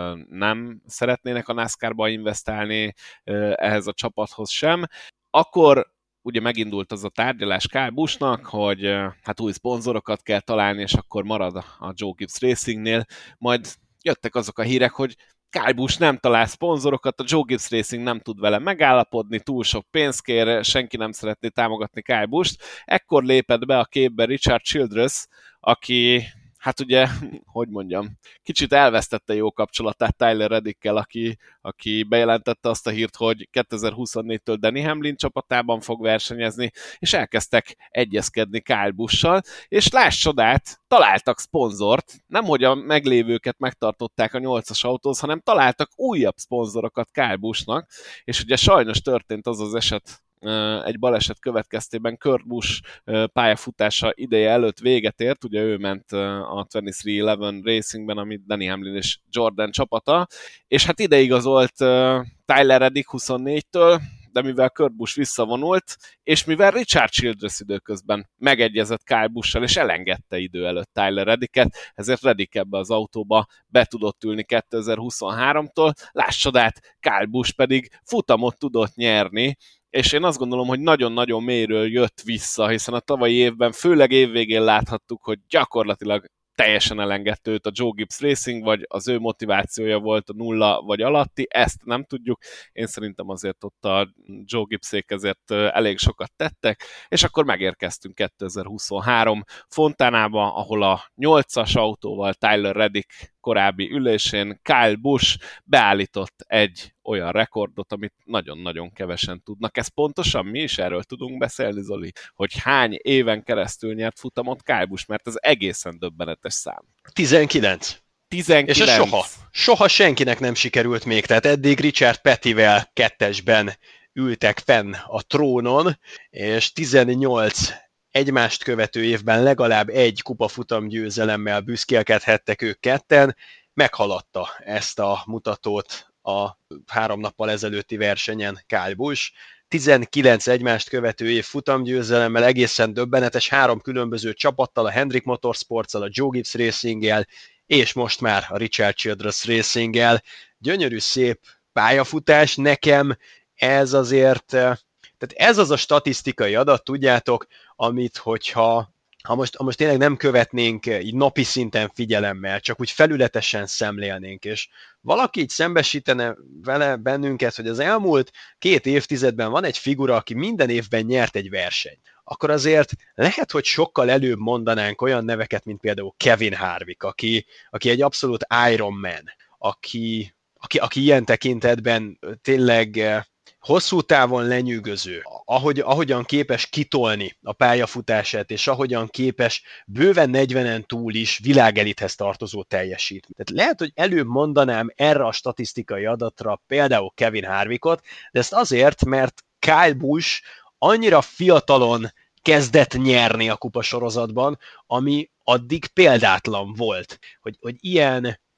[SPEAKER 1] nem szeretnének a NASCAR-ba investálni, ehhez a csapathoz sem. Akkor ugye megindult az a tárgyalás Kyle Busch-nak, hogy hát új szponzorokat kell találni, és akkor marad a Joe Gibbs Racingnél, majd jöttek azok a hírek, hogy Kyle Busch nem talál szponzorokat, a Joe Gibbs Racing nem tud vele megállapodni, túl sok pénzt kér, senki nem szeretné támogatni Kyle Busch-t. Ekkor lépett be a képbe Richard Childress, aki, hát ugye, hogy mondjam, kicsit elvesztette jó kapcsolatát Tyler Reddickkel, aki, aki bejelentette azt a hírt, hogy kétezer-huszonnégytől Denny Hamlin csapatában fog versenyezni, és elkezdtek egyezkedni Kyle Busch-sal, és láss csodát, találtak szponzort, nemhogy a meglévőket megtartották a nyolcas autóhoz, hanem találtak újabb szponzorokat Kyle Busch-nak, és ugye sajnos történt az az eset, egy baleset következtében Kurt Busch pályafutása ideje előtt véget ért, ugye ő ment a huszonhárom tizenegyes Racingben, amit Denny Hamlin és Jordan csapata, és hát ideigazolt Tyler Reddick huszonnégytől, de mivel Kurt Busch visszavonult, és mivel Richard Childress időközben megegyezett Kyle Busch-sal, és elengedte idő előtt Tyler Reddicket, ezért Reddick ebbe az autóba be tudott ülni kétezer-huszonháromtól, láss csodát, Kyle Busch pedig futamot tudott nyerni, és én azt gondolom, hogy nagyon-nagyon mélyről jött vissza, hiszen a tavalyi évben, főleg évvégén láthattuk, hogy gyakorlatilag teljesen elengedte őt a Joe Gibbs Racing, vagy az ő motivációja volt a nulla vagy alatti, ezt nem tudjuk. Én szerintem azért ott a Joe Gibbsék ezért elég sokat tettek, és akkor megérkeztünk kétezer-huszonhárom Fontánába, ahol a nyolcas autóval Tyler Reddick korábbi ülésén Kyle Busch beállított egy olyan rekordot, amit nagyon-nagyon kevesen tudnak. Ez pontosan mi is erről tudunk beszélni, Zoli, hogy hány éven keresztül nyert futamot Kyle Busch, mert ez egészen döbbenetes szám.
[SPEAKER 2] tizenkilenc.
[SPEAKER 1] tizenkilenc.
[SPEAKER 2] És ez soha. Soha senkinek nem sikerült még, tehát eddig Richard Pettyvel kettesben ültek fenn a trónon, és tizennyolc egymást követő évben legalább egy kupafutam győzelemmel büszkélkedhettek ők ketten, meghaladta ezt a mutatót a három nappal ezelőtti versenyen Kyle Busch. tizenkilenc egymást követő év futamgyőzelemmel, egészen döbbenetes, három különböző csapattal, a Hendrick Motorsportszal, a Joe Gibbs Racinggel, és most már a Richard Childress Racinggel. Gyönyörű, szép pályafutás, nekem ez azért, tehát ez az a statisztikai adat, tudjátok, amit hogyha Ha most, ha most tényleg nem követnénk így napi szinten figyelemmel, csak úgy felületesen szemlélnénk, és valaki így szembesítene vele bennünket, hogy az elmúlt két évtizedben van egy figura, aki minden évben nyert egy versenyt, akkor azért lehet, hogy sokkal előbb mondanánk olyan neveket, mint például Kevin Harvick, aki, aki egy abszolút Iron Man, aki, aki, aki ilyen tekintetben tényleg hosszú távon lenyűgöző, ahogy, ahogyan képes kitolni a pályafutását, és ahogyan képes bőven negyvenen túl is világelithez tartozó teljesítményt. Tehát lehet, hogy előbb mondanám erre a statisztikai adatra például Kevin Harvickot, de ezt azért, mert Kyle Busch annyira fiatalon kezdett nyerni a kupasorozatban, ami addig példátlan volt, hogy, hogy ilyen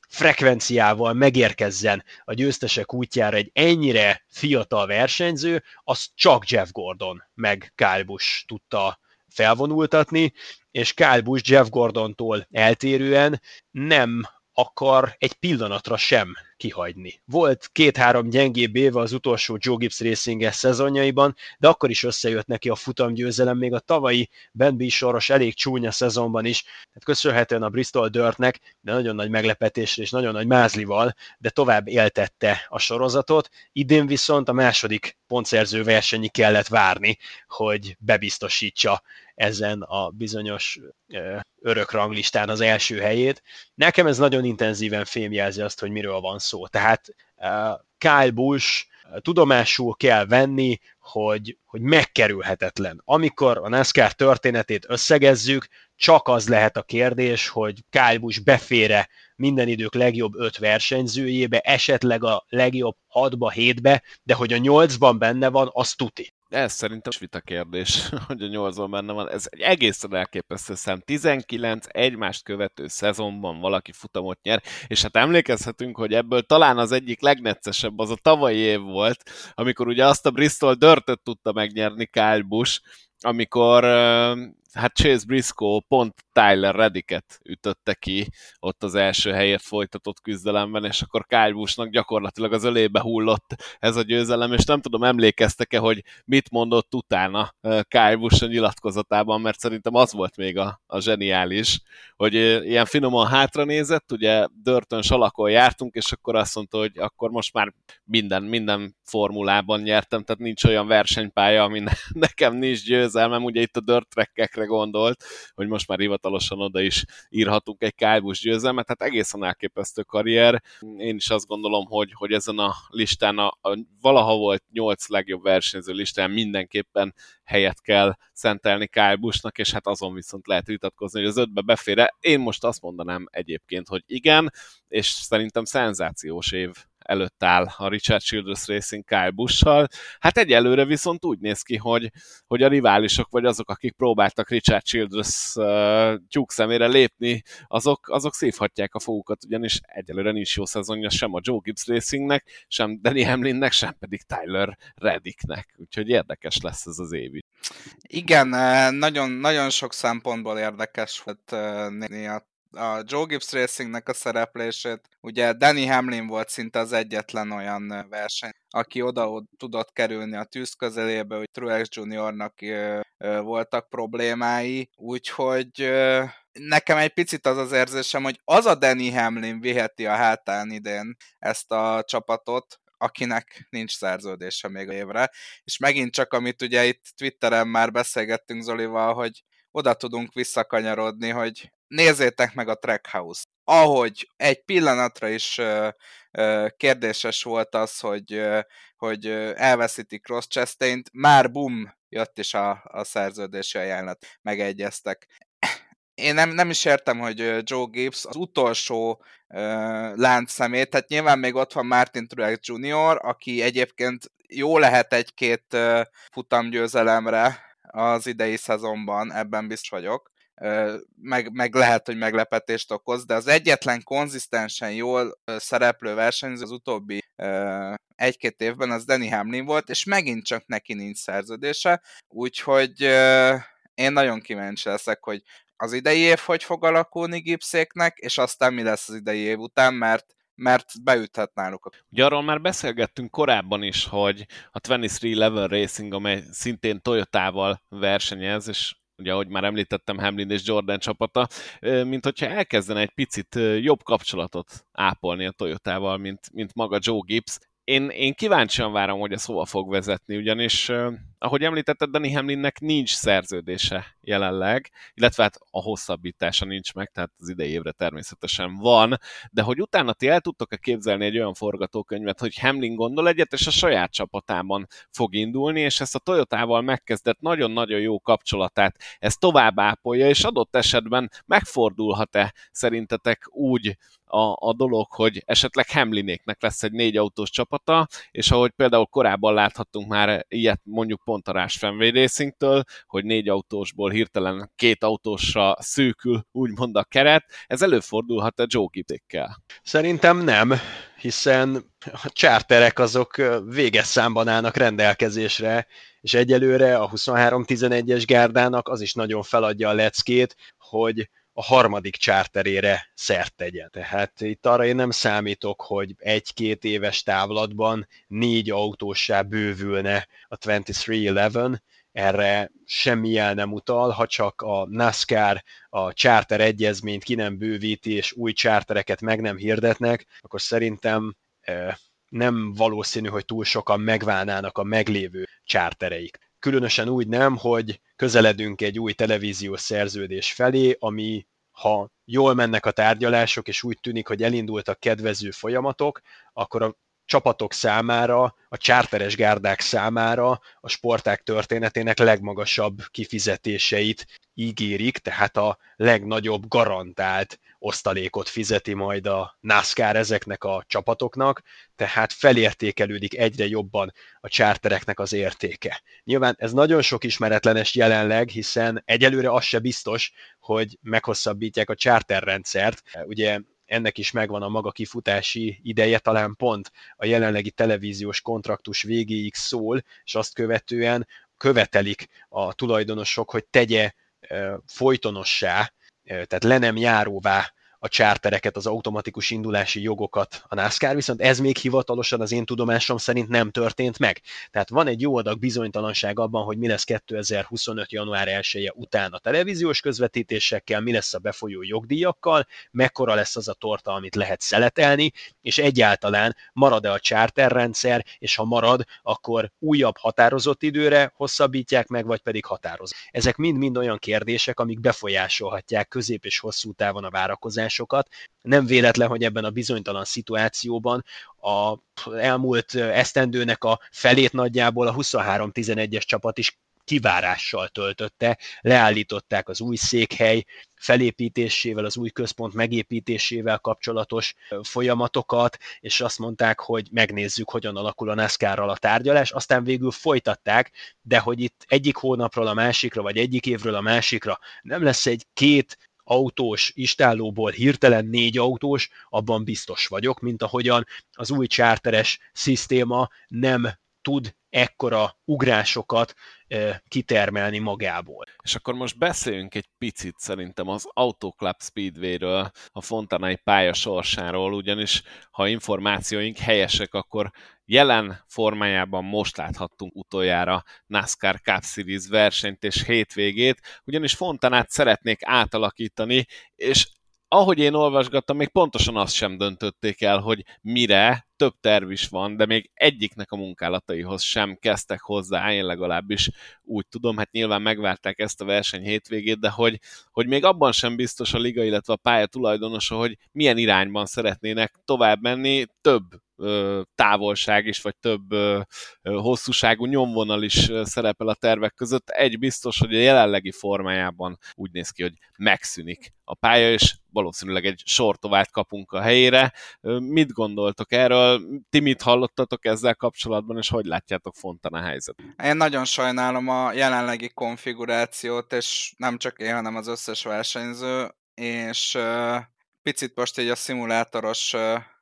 [SPEAKER 2] frekvenciával megérkezzen a győztesek útjára egy ennyire fiatal versenyző, az csak Jeff Gordon meg Kyle Busch tudta felvonultatni, és Kyle Busch Jeff Gordontól eltérően nem akar egy pillanatra sem kihagyni. Volt két-három gyengébb éve az utolsó Joe Gibbs Racing-es szezonjaiban, de akkor is összejött neki a futamgyőzelem, még a tavalyi Ben Bisoros elég csúnya szezonban is, tehát köszönhetően a Bristol Dirtnek, de nagyon nagy meglepetésre és nagyon nagy mázlival, de tovább éltette a sorozatot. Idén viszont a második pontszerző versenyig kellett várni, hogy bebiztosítsa ezen a bizonyos örök ranglistán az első helyét. Nekem ez nagyon intenzíven fémjelzi azt, hogy miről van szó. Tehát uh, Kyle Busch tudomásul kell venni, hogy, hogy megkerülhetetlen. Amikor a NASCAR történetét összegezzük, csak az lehet a kérdés, hogy Kyle Busch befér-e minden idők legjobb öt versenyzőjébe, esetleg a legjobb hatba, hétbe, de hogy a nyolcban benne van, az tuti.
[SPEAKER 1] Ez szerintem vita kérdés, hogy a nyolcban benne van. Ez egy egészen elképesztő szám. tizenkilenc egymást követő szezonban valaki futamot nyer, és hát emlékezhetünk, hogy ebből talán az egyik legneccesebb az a tavalyi év volt, amikor ugye azt a Bristol Dirtet tudta megnyerni Kyle Busch, amikor hát Chase Briscoe pont Tyler Reddicket ütötte ki ott az első helyért folytatott küzdelemben, és akkor Kyle Buschnak gyakorlatilag az ölébe hullott ez a győzelem, és nem tudom, emlékeztek-e, hogy mit mondott utána Kyle Busch a nyilatkozatában, mert szerintem az volt még a, a zseniális, hogy ilyen finoman hátra nézett, ugye Dirtön salakon jártunk, és akkor azt mondta, hogy akkor most már minden, minden formulában nyertem, tehát nincs olyan versenypálya, ami nekem nincs győzelmem, ugye itt a dirt trackekre gondolt, hogy most már hivatalosan oda is írhatunk egy Kyle Busch győzelmet, tehát egészen elképesztő karrier. Én is azt gondolom, hogy, hogy ezen a listán a, a valaha volt nyolc legjobb versenyző listán mindenképpen helyet kell szentelni Kyle Buschnak, és hát azon viszont lehet vitatkozni, hogy az ötbe befér. Én most azt mondanám egyébként, hogy igen, és szerintem szenzációs év előtt áll a Richard Childress Racing Kyle Busch-sal. Hát egyelőre viszont úgy néz ki, hogy, hogy a riválisok, vagy azok, akik próbáltak Richard Childress uh, tyúk szemére lépni, azok, azok szívhatják a fogukat, ugyanis egyelőre nincs jó szezonja sem a Joe Gibbs Racingnek, sem Denny Hamlinnek, sem pedig Tyler Reddicknek. Úgyhogy érdekes lesz ez az év.
[SPEAKER 3] Igen, nagyon, nagyon sok szempontból érdekes volt nézni a a Joe Gibbs Racingnek a szereplését. Ugye Denny Hamlin volt szinte az egyetlen olyan verseny, aki oda tudott kerülni a tűz közelébe, hogy Truex juniornak voltak problémái, úgyhogy nekem egy picit az az érzésem, hogy az a Denny Hamlin viheti a hátán idén ezt a csapatot, akinek nincs szerződése még a évre, és megint csak, amit ugye itt Twitteren már beszélgettünk Zolival, hogy oda tudunk visszakanyarodni, hogy nézzétek meg a Trackhouse. Ahogy egy pillanatra is uh, uh, kérdéses volt az, hogy, uh, hogy uh, elveszítik Ross Chastaint, már bum, jött is a, a szerződési ajánlat, megegyeztek. Én nem, nem is értem, hogy Joe Gibbs az utolsó uh, láncszemét, tehát nyilván még ott van Martin Truex junior, aki egyébként jó lehet egy-két uh, futamgyőzelemre az idei szezonban, ebben biztos vagyok, meg, meg lehet, hogy meglepetést okoz, de az egyetlen konzisztensen jól szereplő versenyző az utóbbi egy-két évben az Denny Hamlin volt, és megint csak neki nincs szerződése, úgyhogy én nagyon kíváncsi leszek, hogy az idei év hogy fog alakulni Gibbséknek, és aztán mi lesz az idei év után, mert mert beüthet náluk.
[SPEAKER 1] Ugye arról már beszélgettünk korábban is, hogy a huszonhárom Level Racing, amely szintén Toyotával versenyez, és ugye, ahogy már említettem, Hamlin és Jordan csapata, mint hogyha elkezdene egy picit jobb kapcsolatot ápolni a Toyotával, mint, mint maga Joe Gibbs. Én, én kíváncsian várom, hogy ez hova fog vezetni, ugyanis uh, ahogy említetted, Denny Hamlinnek nincs szerződése jelenleg, illetve hát a hosszabbítása nincs meg, tehát az idei évre természetesen van, de hogy utána ti el tudtok-e képzelni egy olyan forgatókönyvet, hogy Hamlin gondol egyet, és a saját csapatában fog indulni, és ezt a Toyotával megkezdett nagyon-nagyon jó kapcsolatát, ezt tovább ápolja, és adott esetben megfordulhat-e szerintetek úgy a, a dolog, hogy esetleg Hamlinéknek lesz egy négy autós csapata, és ahogy például korábban láthattunk már ilyet mondjuk pont a Rush Fenway Racingtől, hogy négy autósból hirtelen két autósra szűkül úgymond a keret, ez előfordulhat a Joe Gibbs-ékkel.
[SPEAKER 2] Szerintem nem, hiszen a charterek azok véges számban állnak rendelkezésre, és egyelőre a huszonhárom tizenegyes gárdának az is nagyon feladja a leckét, hogy a harmadik charterére szert tegyen. Tehát itt arra én nem számítok, hogy egy-két éves távlatban négy autóssá bővülne a huszonhárom tizenegyven, erre semmi jel nem utal, ha csak a NASCAR a charter egyezményt ki nem bővíti, és új chartereket meg nem hirdetnek, akkor szerintem eh, nem valószínű, hogy túl sokan megválnának a meglévő chartereik. Különösen úgy nem, hogy közeledünk egy új televíziós szerződés felé, ami ha jól mennek a tárgyalások, és úgy tűnik, hogy elindultak kedvező folyamatok, akkor a csapatok számára, a charteres gárdák számára a sportág történetének legmagasabb kifizetéseit ígérik, tehát a legnagyobb garantált osztalékot fizeti majd a NASCAR ezeknek a csapatoknak, tehát felértékelődik egyre jobban a chartereknek az értéke. Nyilván ez nagyon sok ismeretlenes jelenleg, hiszen egyelőre az se biztos, hogy meghosszabbítják a charterrendszert. Ugye ennek is megvan a maga kifutási ideje, talán pont a jelenlegi televíziós kontraktus végéig szól, és azt követően követelik a tulajdonosok, hogy tegye folytonossá, tehát le nem járóvá a chartereket, az automatikus indulási jogokat a NASCAR, viszont ez még hivatalosan az én tudomásom szerint nem történt meg. Tehát van egy jó adag bizonytalanság abban, hogy mi lesz kétezer-huszonöt. január elseje után a televíziós közvetítésekkel, mi lesz a befolyó jogdíjakkal, mekkora lesz az a torta, amit lehet szeletelni, és egyáltalán marad-e a charterrendszer, és ha marad, akkor újabb határozott időre hosszabbítják meg, vagy pedig határozott. Ezek mind-mind olyan kérdések, amik befolyásolhatják közép és hosszú távon a várakozást. Nem véletlen, hogy ebben a bizonytalan szituációban a elmúlt esztendőnek a felét nagyjából a huszonhárom tizenegyes csapat is kivárással töltötte, leállították az új székhely felépítésével, az új központ megépítésével kapcsolatos folyamatokat, és azt mondták, hogy megnézzük, hogyan alakul a NASCAR-ral a tárgyalás, aztán végül folytatták, de hogy itt egyik hónapról a másikra, vagy egyik évről a másikra nem lesz egy két autós istállóból hirtelen négy autós, abban biztos vagyok, mint ahogyan az új charteres szisztéma nem tud ekkora ugrásokat e, kitermelni magából.
[SPEAKER 1] És akkor most beszéljünk egy picit szerintem az Auto Club Speedway-ről, a fontanai pálya sorsáról, ugyanis ha információink helyesek, akkor jelen formájában most láthattunk utoljára NASCAR Cup Series versenyt és hétvégét, ugyanis Fontanát szeretnék átalakítani, és ahogy én olvasgattam, még pontosan azt sem döntötték el, hogy mire, több terv is van, de még egyiknek a munkálataihoz sem kezdtek hozzá, én legalábbis úgy tudom, hát nyilván megvárták ezt a verseny hétvégét, de hogy, hogy még abban sem biztos a liga, illetve a pálya tulajdonosa, hogy milyen irányban szeretnének tovább menni, több távolság is, vagy több hosszúságú nyomvonal is szerepel a tervek között. Egy biztos, hogy a jelenlegi formájában úgy néz ki, hogy megszűnik a pálya, és valószínűleg egy sortovált kapunk a helyére. Mit gondoltok erről? Ti mit hallottatok ezzel kapcsolatban, és hogy látjátok Fontana helyzetet?
[SPEAKER 3] Én nagyon sajnálom a jelenlegi konfigurációt, és nem csak én, hanem az összes versenyző, és picit most így a szimulátoros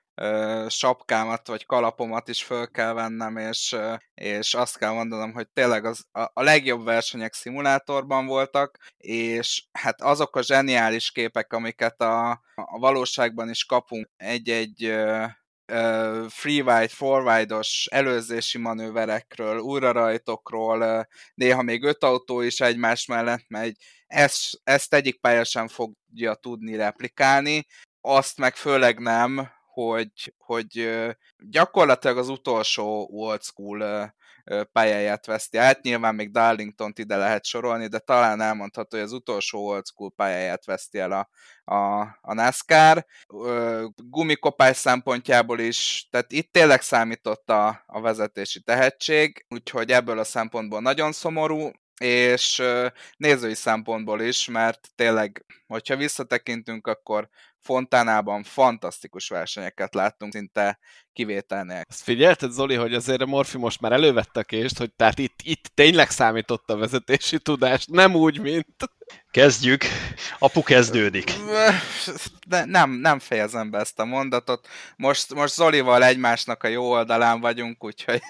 [SPEAKER 3] sapkámat vagy kalapomat is föl kell vennem, és, és azt kell mondanom, hogy tényleg az, a, a legjobb versenyek szimulátorban voltak, és hát azok a zseniális képek, amiket a, a valóságban is kapunk egy-egy uh, uh, freeride, forride-os előzési manőverekről, újrarajtokról, uh, néha még öt autó is egymás mellett megy, ezt, ezt egyik pálya sem fogja tudni replikálni, azt meg főleg nem, hogy, hogy gyakorlatilag az utolsó old school pályáját veszti át. Nyilván még Darlingtont ide lehet sorolni, de talán elmondható, hogy az utolsó old school pályáját veszti el a, a, a NASCAR. Gumikopás szempontjából is, tehát itt tényleg számított a, a vezetési tehetség, úgyhogy ebből a szempontból nagyon szomorú, és nézői szempontból is, mert tényleg, hogyha visszatekintünk, akkor Fontánában fantasztikus versenyeket láttunk, szinte kivételnél.
[SPEAKER 1] Azt figyelted, Zoli, hogy azért a Morfi most már elővette a kést, hogy tehát itt, itt tényleg számított a vezetési tudás, nem úgy, mint...
[SPEAKER 2] Kezdjük. Apu kezdődik.
[SPEAKER 3] De nem, nem fejezem be ezt a mondatot. Most, most Zolival egymásnak a jó oldalán vagyunk, úgyhogy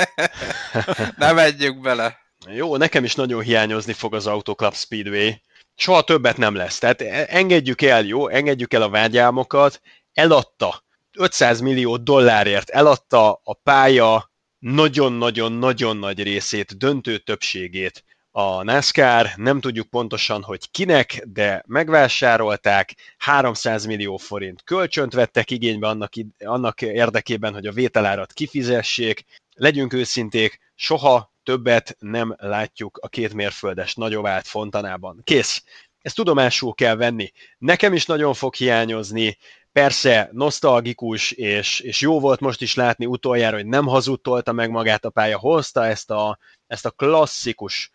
[SPEAKER 3] nem megyünk bele.
[SPEAKER 2] Jó, nekem is nagyon hiányozni fog az Auto Club Speedway. Soha többet nem lesz. Tehát engedjük el, jó? Engedjük el a vágyálmokat. Eladta. ötszáz millió dollárért eladta a pálya nagyon-nagyon-nagyon nagy részét, döntő többségét a NASCAR, nem tudjuk pontosan, hogy kinek, de megvásárolták, háromszáz millió forint kölcsönt vettek igénybe annak, annak érdekében, hogy a vételárat kifizessék. Legyünk őszinték, soha többet nem látjuk a két mérföldes nagyovált Fontanában. Kész! Ezt tudomásul kell venni. Nekem is nagyon fog hiányozni, persze nosztalgikus, és, és jó volt most is látni utoljára, hogy nem hazudtolta meg magát a pálya, hozta ezt a, ezt a klasszikus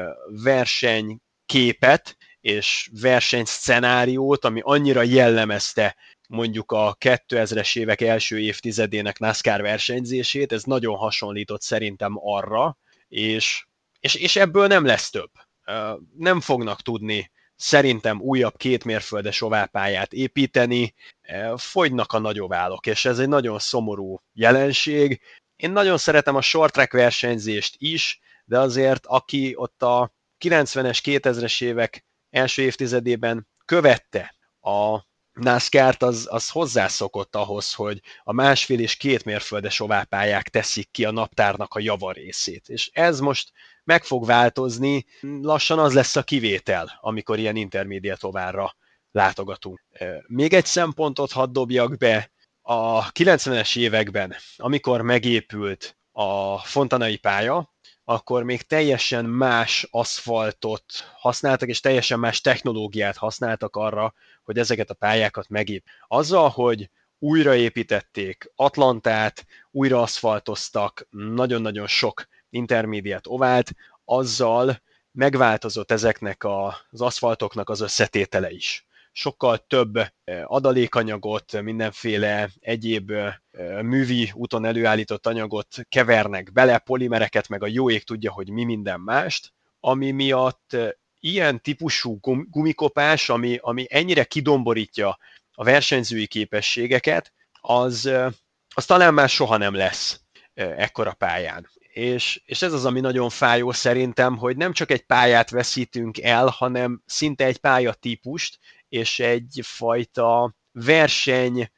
[SPEAKER 2] versenyképet és versenyszcenáriót, ami annyira jellemezte mondjuk a kétezres évek első évtizedének NASCAR versenyzését, ez nagyon hasonlított szerintem arra, és, és, és ebből nem lesz több. Nem fognak tudni szerintem újabb kétmérföldes oválpályát építeni, fogynak a nagyoválok, és ez egy nagyon szomorú jelenség. Én nagyon szeretem a short track versenyzést is, de azért aki ott a kilencvenes, kétezres évek első évtizedében követte a NASCAR-t, az, az hozzászokott ahhoz, hogy a másfél és két mérföldes oválpályák teszik ki a naptárnak a javarészét. És ez most meg fog változni, lassan az lesz a kivétel, amikor ilyen intermediate oválra látogatunk. Még egy szempontot hadd dobjak be, a kilencvenes években, amikor megépült a fontanai pálya, akkor még teljesen más aszfaltot használtak, és teljesen más technológiát használtak arra, hogy ezeket a pályákat megép. Azzal, hogy újraépítették Atlantát, újra aszfaltoztak, nagyon-nagyon sok intermediate ovált, azzal megváltozott ezeknek az aszfaltoknak az összetétele is. Sokkal több adalékanyagot, mindenféle egyéb művi úton előállított anyagot kevernek bele, polimereket, meg a jó ég tudja, hogy mi minden mást, ami miatt ilyen típusú gumikopás, ami, ami ennyire kidomborítja a versenyzői képességeket, az, az talán már soha nem lesz ekkora pályán. És, és ez az, ami nagyon fájó szerintem, hogy nem csak egy pályát veszítünk el, hanem szinte egy pályatípust, és egyfajta verseny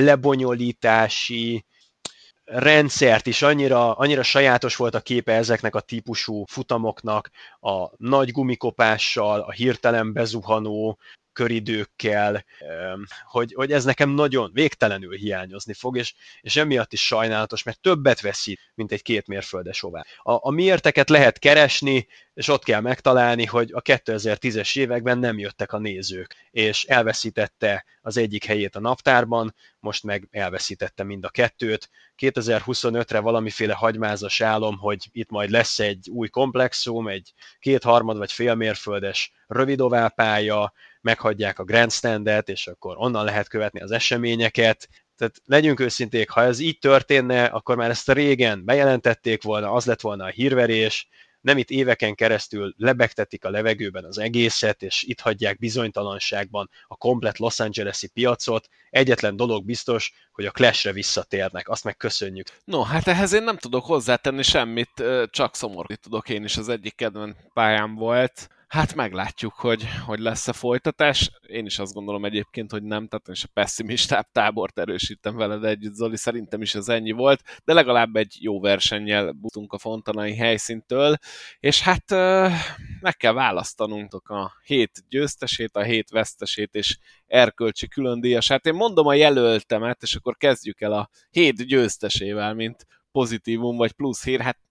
[SPEAKER 2] lebonyolítási rendszert is annyira, annyira sajátos volt a képe ezeknek a típusú futamoknak, a nagy gumikopással, a hirtelen bezuhanó köridőkkel, hogy, hogy ez nekem nagyon végtelenül hiányozni fog, és, és emiatt is sajnálatos, mert többet veszít, mint egy két mérföldes ovál. A, a miérteket lehet keresni, és ott kell megtalálni, hogy a kétezer-tízes években nem jöttek a nézők, és elveszítette az egyik helyét a naptárban, most meg elveszítette mind a kettőt. kétezer-huszonötre valamiféle hagymázas álom, hogy itt majd lesz egy új komplexum, egy kétharmad vagy félmérföldes rövidoválpálya, meghagyják a grandstandet, és akkor onnan lehet követni az eseményeket. Tehát legyünk őszinték, ha ez így történne, akkor már ezt a régen bejelentették volna, az lett volna a hírverés, nem itt éveken keresztül lebegtetik a levegőben az egészet, és itt hagyják bizonytalanságban a komplet Los Angeles-i piacot. Egyetlen dolog biztos, hogy a Clash-re visszatérnek, azt meg köszönjük.
[SPEAKER 1] No, hát ehhez én nem tudok hozzátenni semmit, csak szomorúan tudok, én is az egyik kedvenc pályám volt. Hát meglátjuk, hogy, hogy lesz-e folytatás. Én is azt gondolom egyébként, hogy nem, tehát én is a pessimistább tábort erősítem veled együtt, Zoli, szerintem is ez ennyi volt, de legalább egy jó versennyel butunk a fontanai helyszíntől, és hát meg kell választanunk a hét győztesét, a hét vesztesét és erkölcsi különdíjasát. Én mondom a jelöltemet, és akkor kezdjük el a hét győztesével, mint pozitívum vagy plusz hír, hát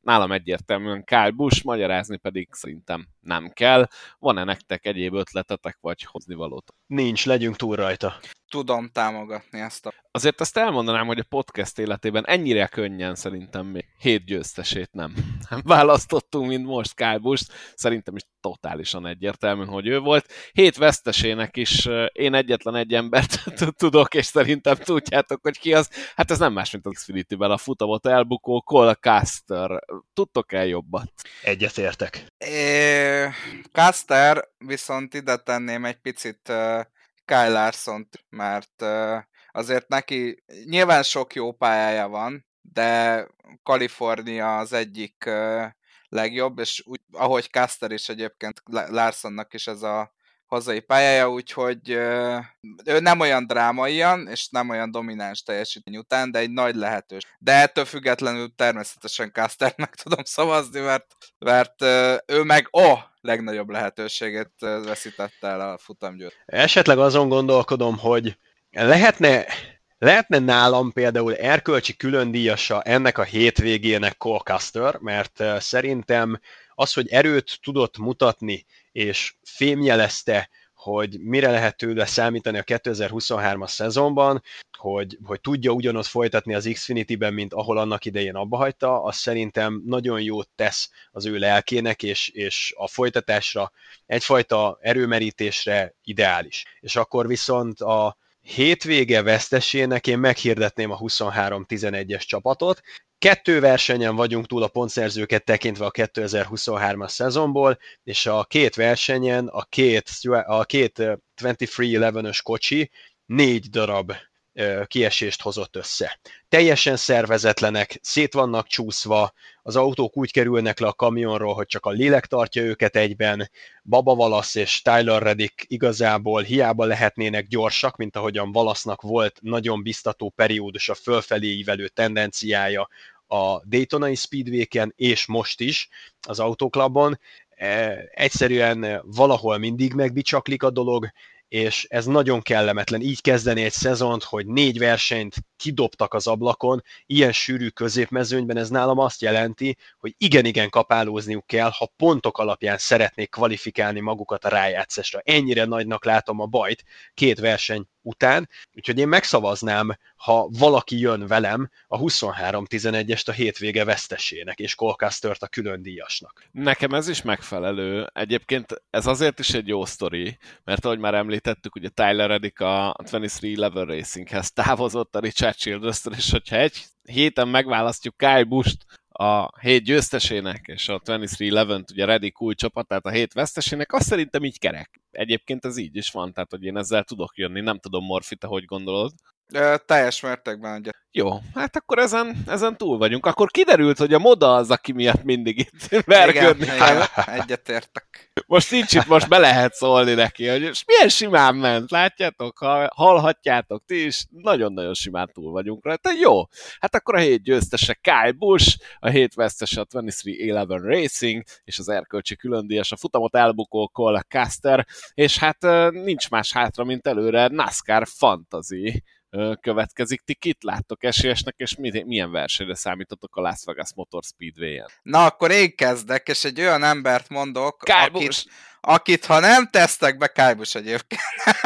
[SPEAKER 1] nálam egyértelműen Kyle Busch, magyarázni pedig szerintem nem kell. Van-e nektek egyéb ötletetek, vagy hozni valót?
[SPEAKER 2] Nincs, legyünk túl rajta.
[SPEAKER 3] Tudom támogatni ezt a...
[SPEAKER 1] Azért azt elmondanám, hogy a podcast életében ennyire könnyen szerintem még hét győztesét nem, nem választottunk, mint most Kyle Busch. Szerintem is totálisan egyértelmű, hogy ő volt. Hét vesztesének is én egyetlen egy embert tudok, és szerintem tudjátok, hogy ki az. Hát ez nem más, mint az Xfinity-ben a futamot elbukó Cole Custer. Tudtok el jobbat?
[SPEAKER 2] Egyetértek.
[SPEAKER 3] É, Custer, viszont ide tenném egy picit uh, Kyle Larsont, mert uh, azért neki nyilván sok jó pályája van, de Kalifornia az egyik uh, legjobb, és úgy, ahogy Custer is egyébként Larsonnak is ez a hazai pályája, úgyhogy uh, ő nem olyan drámaian, és nem olyan domináns teljesítmény után, de egy nagy lehetőség. De ettől függetlenül természetesen Custernek tudom szavazni, mert, mert uh, ő meg ó, oh, legnagyobb lehetőségét uh, veszítette el a futamgyőr.
[SPEAKER 2] Esetleg azon gondolkodom, hogy lehetne, lehetne nálam például erkölcsi különdíjasa ennek a hétvégének Cole Custer, mert uh, szerintem az, hogy erőt tudott mutatni, és fémjelezte, hogy mire lehet tőle számítani a kétezer-huszonhármas szezonban, hogy, hogy tudja ugyanott folytatni az Xfinity-ben, mint ahol annak idején abbahagyta, az szerintem nagyon jót tesz az ő lelkének, és, és a folytatásra, egyfajta erőmerítésre ideális. És akkor viszont a hétvége vesztesének én meghirdetném a huszonhárom tizenegyes csapatot. Kettő versenyen vagyunk túl a pontszerzőket tekintve a kétezer-huszonhármas szezonból, és a két versenyen a két, a két huszonhárom tizenös kocsi négy darab kiesést hozott össze. Teljesen szervezetlenek, szét vannak csúszva, az autók úgy kerülnek le a kamionról, hogy csak a lélek tartja őket egyben, Baba Wallace és Tyler Reddick igazából hiába lehetnének gyorsak, mint ahogyan Wallace-nak volt nagyon biztató periódus a fölfelé ívelő tendenciája a Daytonai Speedway-ken, és most is az Autoklubon. Egyszerűen valahol mindig megbicsaklik a dolog, és ez nagyon kellemetlen. Így kezdeni egy szezont, hogy négy versenyt kidobtak az ablakon, ilyen sűrű középmezőnyben ez nálam azt jelenti, hogy igen-igen kapálózniuk kell, ha pontok alapján szeretnék kvalifikálni magukat a rájátszásra. Ennyire nagynak látom a bajt két verseny után, úgyhogy én megszavaznám, ha valaki jön velem a huszonhárom tizenegyest a hétvége vesztesének, és Cole Custert a külön díjasnak.
[SPEAKER 1] Nekem ez is megfelelő. Egyébként ez azért is egy jó sztori, mert ahogy már említettük, ugye Tyler Reddick a huszonhárom tizenöt Racinghez távozott a Richard Childress-től, és hogyha egy héten megválasztjuk Kyle Busch-t a hét győztesének, és a huszonhárom tizenöt ugye Reddick új csapatát a hét vesztesének, azt szerintem így kerek. Egyébként ez így is van, tehát hogy én ezzel tudok jönni, nem tudom, Morfi, te hogy gondolod?
[SPEAKER 3] Ö, teljes mértékben egyet.
[SPEAKER 1] Jó, hát akkor ezen, ezen túl vagyunk. Akkor kiderült, hogy a moda az, aki miatt mindig itt vergődni kell.
[SPEAKER 3] Egyetértek.
[SPEAKER 1] Most nincs itt, most be lehet szólni neki, hogy és milyen simán ment, látjátok? Ha hallhatjátok ti is, nagyon-nagyon simán túl vagyunk rajta. Jó, hát akkor a hét győztese Kyle Busch, a hét vesztese a huszonhárom tizenöt Racing, és az erkölcsi különdíjas a futamot elbukó Cole Custer, és hát nincs más hátra, mint előre NASCAR Fantasy következik. Ti kit láttok esélyesnek, és milyen versenyre számítotok a Las Vegas Motor Speedway-en?
[SPEAKER 3] Na, akkor én kezdek, és egy olyan embert mondok,
[SPEAKER 1] akit,
[SPEAKER 3] akit ha nem tesztek be, Kyle Busch egyébként.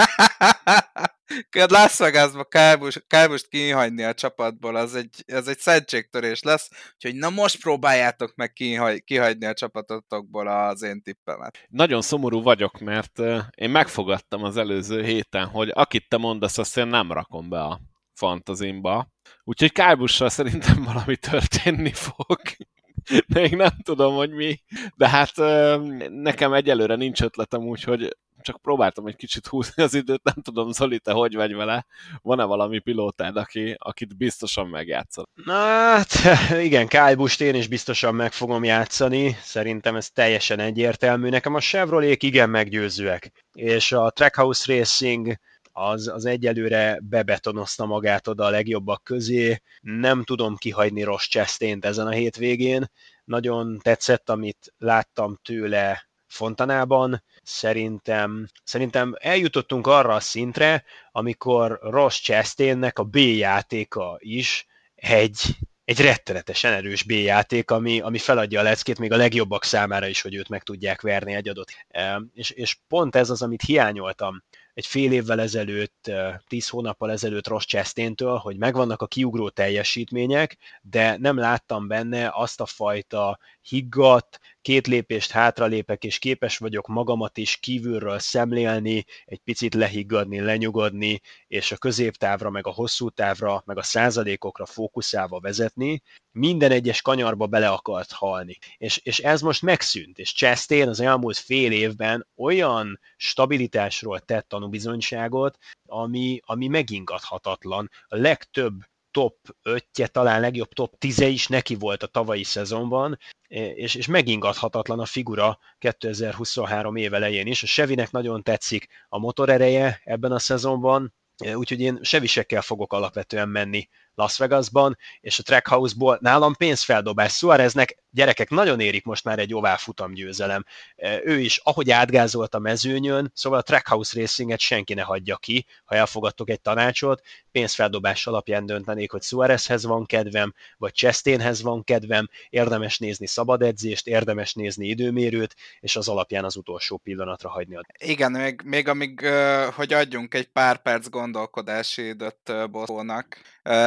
[SPEAKER 3] Las Vegasba Kyle Busch-t kihagyni a csapatból, az egy, az egy szentségtörés lesz, úgyhogy na most próbáljátok meg kihagy, kihagyni a csapatotokból az én tippemet.
[SPEAKER 1] Nagyon szomorú vagyok, mert én megfogadtam az előző héten, hogy akit te mondasz, azt én nem rakom be a fantazimba. Úgyhogy Kyle Busch-sal szerintem valami történni fog. Még nem tudom, hogy mi, de hát nekem egyelőre nincs ötletem, úgyhogy csak próbáltam egy kicsit húzni az időt, nem tudom, Zoli, te hogy vagy vele? Van-e valami pilótád, aki, akit biztosan megjátszol?
[SPEAKER 2] Na hát, igen, Kyle Busch-t én is biztosan meg fogom játszani, szerintem ez teljesen egyértelmű. Nekem a Chevrolet igen meggyőzőek, és a Trackhouse Racing az, az egyelőre bebetonozta magát oda a legjobbak közé. Nem tudom kihagyni Ross Chastain-t ezen a hétvégén. Nagyon tetszett, amit láttam tőle Fontanában. Szerintem, szerintem eljutottunk arra a szintre, amikor Ross Chastainnek a B játéka is egy egy rettenetesen erős B-játék, ami, ami feladja a leckét még a legjobbak számára is, hogy őt meg tudják verni egy adott. És, és pont ez az, amit hiányoltam egy fél évvel ezelőtt, tíz hónappal ezelőtt Ross Chastaintől, hogy megvannak a kiugró teljesítmények, de nem láttam benne azt a fajta higgadt, két lépést hátralépek, és képes vagyok magamat is kívülről szemlélni, egy picit lehiggadni, lenyugodni, és a középtávra, meg a hosszú távra, meg a százalékokra fókuszálva vezetni, minden egyes kanyarba bele akart halni. És, és ez most megszűnt, és Chastain az elmúlt fél évben olyan stabilitásról tett tanúbizonyságot, ami, ami megingathatatlan. A legtöbb top ötje, talán legjobb top tíze is neki volt a tavalyi szezonban, és, és megingathatatlan a figura kétezer-huszonhárom év elején is. A Chevynek nagyon tetszik a motorereje ebben a szezonban, úgyhogy én Chevysekkel fogok alapvetően menni Las Vegasban, és a Trackhouse-ból nálam pénzfeldobás. Suáreznek, gyerekek, nagyon érik most már egy ovál futamgyőzelem. Ő is, ahogy átgázolt a mezőnyön, szóval a Trackhouse Racinget senki ne hagyja ki, ha elfogadtok egy tanácsot, pénzfeldobás alapján döntenék, hogy Suárezhez van kedvem, vagy Chastainhez van kedvem, érdemes nézni szabad edzést, érdemes nézni időmérőt, és az alapján az utolsó pillanatra hagyni.
[SPEAKER 3] Igen, még, még amíg, hogy adjunk egy pár perc gondolkodási időt Botónak.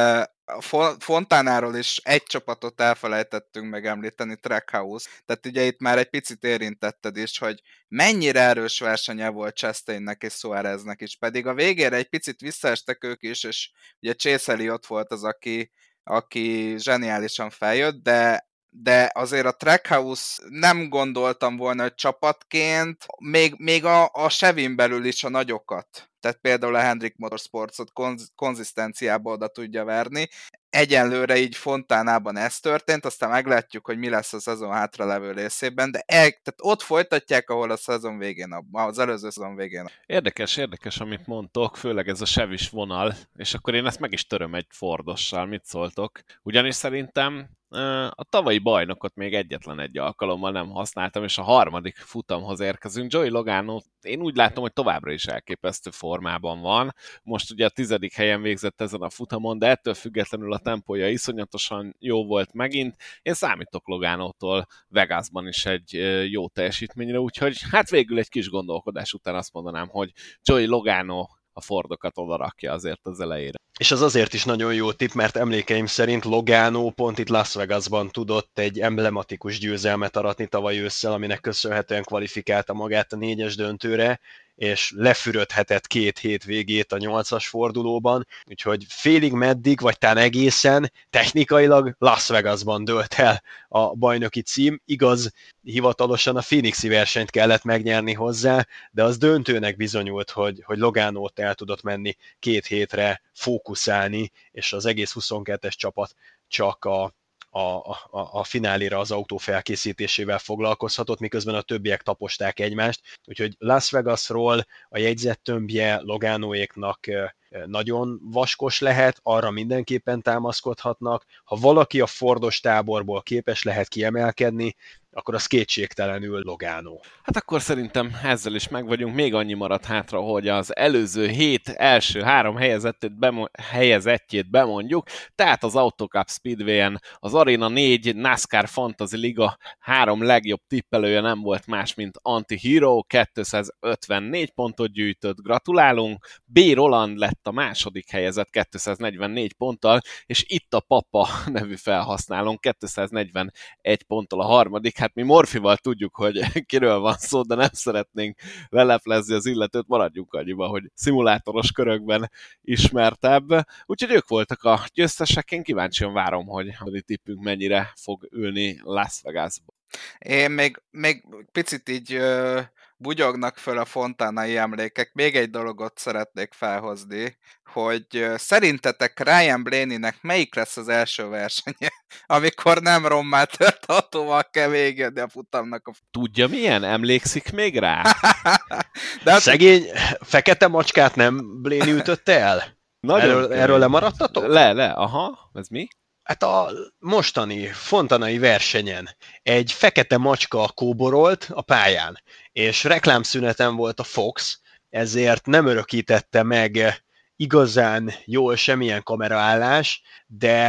[SPEAKER 3] Fontánáról is egy csapatot elfelejtettünk megemlíteni, Trackhouse. Tehát ugye itt már egy picit érintetted is, hogy mennyire erős versenye volt Chastainnek és Suáreznek is, pedig a végére egy picit visszaestek ők is, és ugye Chase Elliott volt az, aki, aki zseniálisan feljött, de de azért a Trackhouse nem gondoltam volna, hogy csapatként még, még a, a Chevyn belül is a nagyokat, tehát például a Hendrick Motorsportsot konz, konzisztenciába oda tudja verni. Egyenlőre így Fontánában ez történt, aztán meglátjuk, hogy mi lesz a szezon hátralevő részében, de el, tehát ott folytatják, ahol a szezon végén, az előző szezon végén.
[SPEAKER 1] Érdekes, érdekes, amit mondtok, főleg ez a Chevys vonal, és akkor én ezt meg is töröm egy Fordossal, mit szóltok? Ugyanis szerintem a tavalyi bajnokot még egyetlen egy alkalommal nem használtam, és a harmadik futamhoz érkezünk. Joey Logano, én úgy látom, hogy továbbra is elképesztő formában van. Most ugye a tizedik helyen végzett ezen a futamon, de ettől függetlenül a tempója iszonyatosan jó volt megint. Én számítok Logánótól Vegasban is egy jó teljesítményre, úgyhogy hát végül egy kis gondolkodás után azt mondanám, hogy Joey Logano a Fordokat oda rakja azért az elejére.
[SPEAKER 2] És az azért is nagyon jó tipp, mert emlékeim szerint Logano pont itt Las Vegasban tudott egy emblematikus győzelmet aratni tavaly ősszel, aminek köszönhetően kvalifikálta magát a négyes döntőre, és lefürödhetett két hét végét a nyolcas fordulóban, úgyhogy félig meddig, vagy talán egészen technikailag Las Vegasban dőlt el a bajnoki cím. Igaz, hivatalosan a Phoenixi versenyt kellett megnyerni hozzá, de az döntőnek bizonyult, hogy, hogy Logánót el tudott menni két hétre fókuszálni, és az egész huszonkettes csapat csak a A, a, a finálira az autó felkészítésével foglalkozhatott, miközben a többiek taposták egymást. Úgyhogy Las Vegasról a jegyzettömbje Loganoéknak nagyon vaskos lehet, arra mindenképpen támaszkodhatnak. Ha valaki a Fordos táborból képes lehet kiemelkedni, akkor az kétségtelenül Logano.
[SPEAKER 1] Hát akkor szerintem ezzel is meg vagyunk. Még annyi maradt hátra, hogy az előző hét első három helyezettét, bemo- helyezettjét bemondjuk. Tehát az Autocup Speedway-en az Arena négy NASCAR Fantasy Liga három legjobb tippelője nem volt más, mint Anti-Hero, kétszázötvennégy pontot gyűjtött, gratulálunk. B. Roland lett a második helyezett kétszáznegyvennégy ponttal, és itt a Papa nevű felhasználónk kétszáznegyvenegy ponttal a harmadik. Hát mi Morfival tudjuk, hogy kiről van szó, de nem szeretnénk leleplezni az illetőt, maradjunk annyiba, hogy szimulátoros körökben ismertebb. Úgyhogy ők voltak a győztesek, én kíváncsian várom, hogy a tippünk mennyire fog ülni Las Vegasba.
[SPEAKER 3] Én még, még picit így ö, bugyognak föl a fontánai emlékek. Még egy dologot szeretnék felhozni, hogy ö, szerintetek Ryan Blaney-nek melyik lesz az első versenye, amikor nem rommá tört autóval kell végigjönni a futamnak. A...
[SPEAKER 1] Tudja milyen? Emlékszik még rá?
[SPEAKER 2] De hát... Szegény fekete macskát nem Blaney ütötte el? Erről, erről lemaradtatok?
[SPEAKER 1] Le, le, aha, ez mi?
[SPEAKER 2] Hát a mostani fontanai versenyen egy fekete macska kóborolt a pályán, és reklámszüneten volt a Fox, ezért nem örökítette meg igazán jól semmilyen kameraállás, de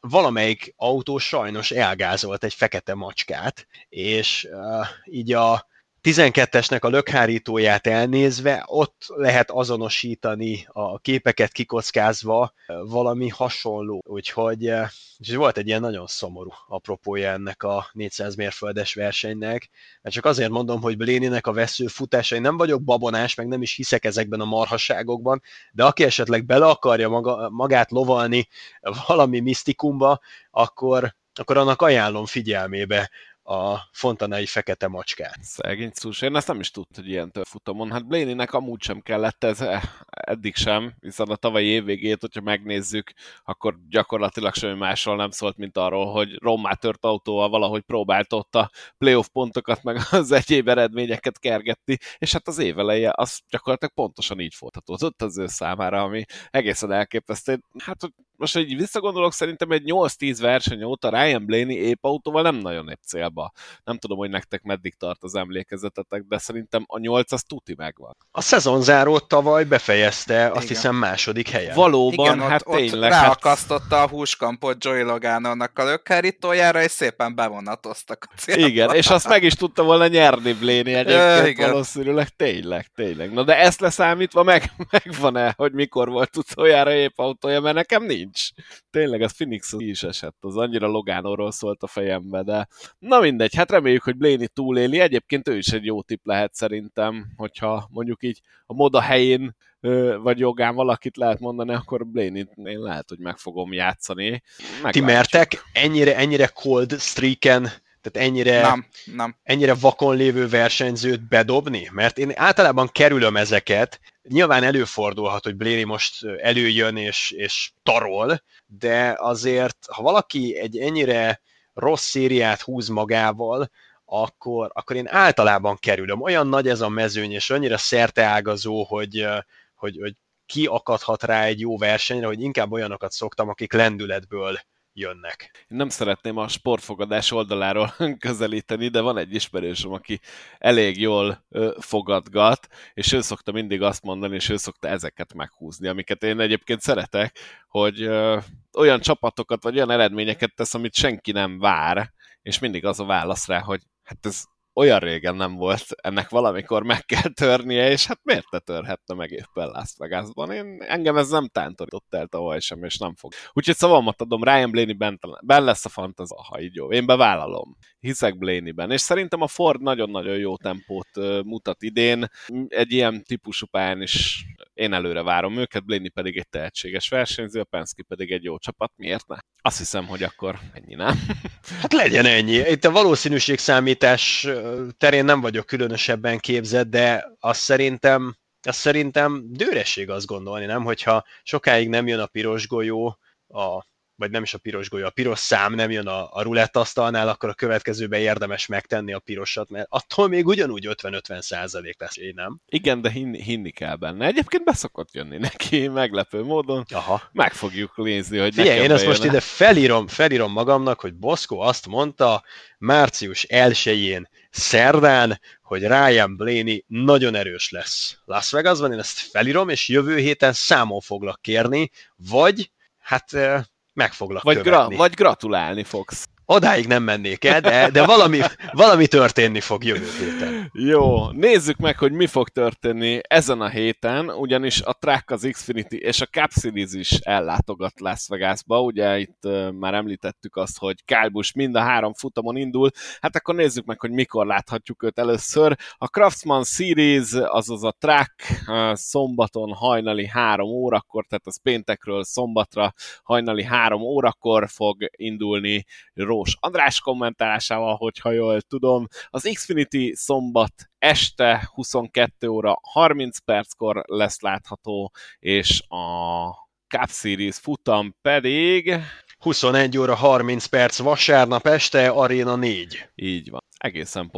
[SPEAKER 2] valamelyik autó sajnos elgázolt egy fekete macskát, és uh, így a tizenkettesnek a lökhárítóját elnézve, ott lehet azonosítani a képeket kikockázva valami hasonló. Úgyhogy és volt egy ilyen nagyon szomorú apropója ennek a négyszáz mérföldes versenynek. Mert csak azért mondom, hogy Blaney-nek a vesző futása, én nem vagyok babonás, meg nem is hiszek ezekben a marhaságokban, de aki esetleg bele akarja maga, magát lovalni valami misztikumba, akkor, akkor annak ajánlom figyelmébe a fontanai fekete macskát.
[SPEAKER 1] Szegény szús. Én ezt nem is tudtam, hogy ilyen futamon. Hát Blaney-nek amúgy sem kellett ez, eddig sem, hiszen a tavalyi évvégét, hogyha megnézzük, akkor gyakorlatilag semmi másról nem szólt, mint arról, hogy rommá tört autóval valahogy próbált ott a playoff pontokat, meg az egyéb eredményeket kergetni, és hát az év eleje az gyakorlatilag pontosan így folytatódott az ő számára, ami egészen elképesztő. Hát, hogy most, hogy visszagondolok, szerintem egy nyolc-tíz verseny óta Ryan Blaney épp autóval nem nagyon épp célba. Nem tudom, hogy nektek meddig tart az emlékezetetek, de szerintem a nyolc az tuti megvan.
[SPEAKER 2] A szezonzárót tavaly befejezte, azt Igen. hiszem második helyen.
[SPEAKER 1] Valóban,
[SPEAKER 3] Igen,
[SPEAKER 1] hát
[SPEAKER 3] ott,
[SPEAKER 1] tényleg.
[SPEAKER 3] Ott ráakasztotta hát... a húskampot Joey Logano-nak a lökhárítójára, és szépen bevonatoztak a célba.
[SPEAKER 1] Igen, és azt meg is tudta volna nyerni Blaney egyébként ja, valószínűleg. Tényleg, tényleg. Na de ezt leszámítva meg, megvan-e, hogy mikor volt utoljára épp autója, mert nekem nincs. Tényleg, az Phoenix is esett, az annyira Logánóról szólt a fejembe, de na mindegy, hát reméljük, hogy Blaney túléli, egyébként ő is egy jó tipp lehet szerintem, hogyha mondjuk így a moda helyén vagy jogán valakit lehet mondani, akkor Blaney-t én lehet, hogy meg fogom játszani. Meglátjuk.
[SPEAKER 2] Ti mertek ennyire, ennyire cold streaken, tehát ennyire,
[SPEAKER 3] nem, nem.
[SPEAKER 2] ennyire vakon lévő versenyzőt bedobni? Mert én általában kerülöm ezeket. Nyilván előfordulhat, hogy Blaney most előjön és, és tarol, de azért, ha valaki egy ennyire rossz szériát húz magával, akkor, akkor én általában kerülöm. Olyan nagy ez a mezőny, és annyira szerteágazó, hogy, hogy, hogy ki akadhat rá egy jó versenyre, hogy inkább olyanokat szoktam, akik lendületből jönnek.
[SPEAKER 1] Én nem szeretném a sportfogadás oldaláról közelíteni, de van egy ismerősöm, aki elég jól ö, fogadgat, és ő szokta mindig azt mondani, és ő szokta ezeket meghúzni, amiket én egyébként szeretek, hogy ö, olyan csapatokat, vagy olyan eredményeket tesz, amit senki nem vár, és mindig az a válasz rá, hogy hát ez olyan régen nem volt, ennek valamikor meg kell törnie, és hát miért ne törhetne meg éppen Las Vegasban? Én, engem ez nem tántorított el tavaly sem, és nem fog. Úgyhogy szavamat adom, Ryan Blaney benn ben lesz a fantaza, ha így jó. Én bevállalom. Hiszek Blaney-ben. És szerintem a Ford nagyon-nagyon jó tempót uh, mutat idén. Egy ilyen típusú pályán is én előre várom őket, Blaney pedig egy tehetséges versenyző, a Penske pedig egy jó csapat. Miért ne? Azt hiszem, hogy akkor ennyi, nem?
[SPEAKER 2] Hát legyen ennyi. Itt a valószínűségszámítás terén nem vagyok különösebben képzett, de azt szerintem, azt szerintem dőresség azt gondolni, nem? Hogyha sokáig nem jön a piros golyó, a, vagy nem is a piros golyó, a piros szám nem jön a, a rulettasztalnál, akkor a következőben érdemes megtenni a pirosat, mert attól még ugyanúgy ötven-ötven százalék lesz, én nem?
[SPEAKER 1] Igen, de hinni, hinni kell benne. Egyébként beszokott jönni neki, meglepő módon.
[SPEAKER 2] Aha.
[SPEAKER 1] Meg fogjuk nézni, hogy
[SPEAKER 2] Figyelj,
[SPEAKER 1] nekem
[SPEAKER 2] én ezt
[SPEAKER 1] bejön.
[SPEAKER 2] most ide felírom, felírom magamnak, hogy Boszkó azt mondta március elsején szerdán, hogy Ryan Blaney nagyon erős lesz Las Vegasban, én ezt felírom, és jövő héten számon foglak kérni, vagy hát meg foglak
[SPEAKER 1] vagy
[SPEAKER 2] követni.
[SPEAKER 1] Gra- vagy gratulálni fogsz.
[SPEAKER 2] Odáig nem mennék el, de, de valami, valami történni fog jövő héten.
[SPEAKER 1] Jó, nézzük meg, hogy mi fog történni ezen a héten, ugyanis a Track, az Xfinity és a Cup Series is ellátogat Las Vegasba. Ugye itt uh, már említettük azt, hogy Kyle Busch mind a három futamon indul. Hát akkor nézzük meg, hogy mikor láthatjuk őt először. A Craftsman Series, azaz a Track uh, szombaton hajnali három órakor, tehát az péntekről szombatra hajnali három órakor fog indulni Rós András kommentálásával, hogyha jól tudom. Az Xfinity szombat este huszonkettő óra harminc perckor lesz látható, és a Cup Series futam pedig
[SPEAKER 2] huszonegy óra harminc perc vasárnap este, Aréna négy.
[SPEAKER 1] Így van, egészen pontos.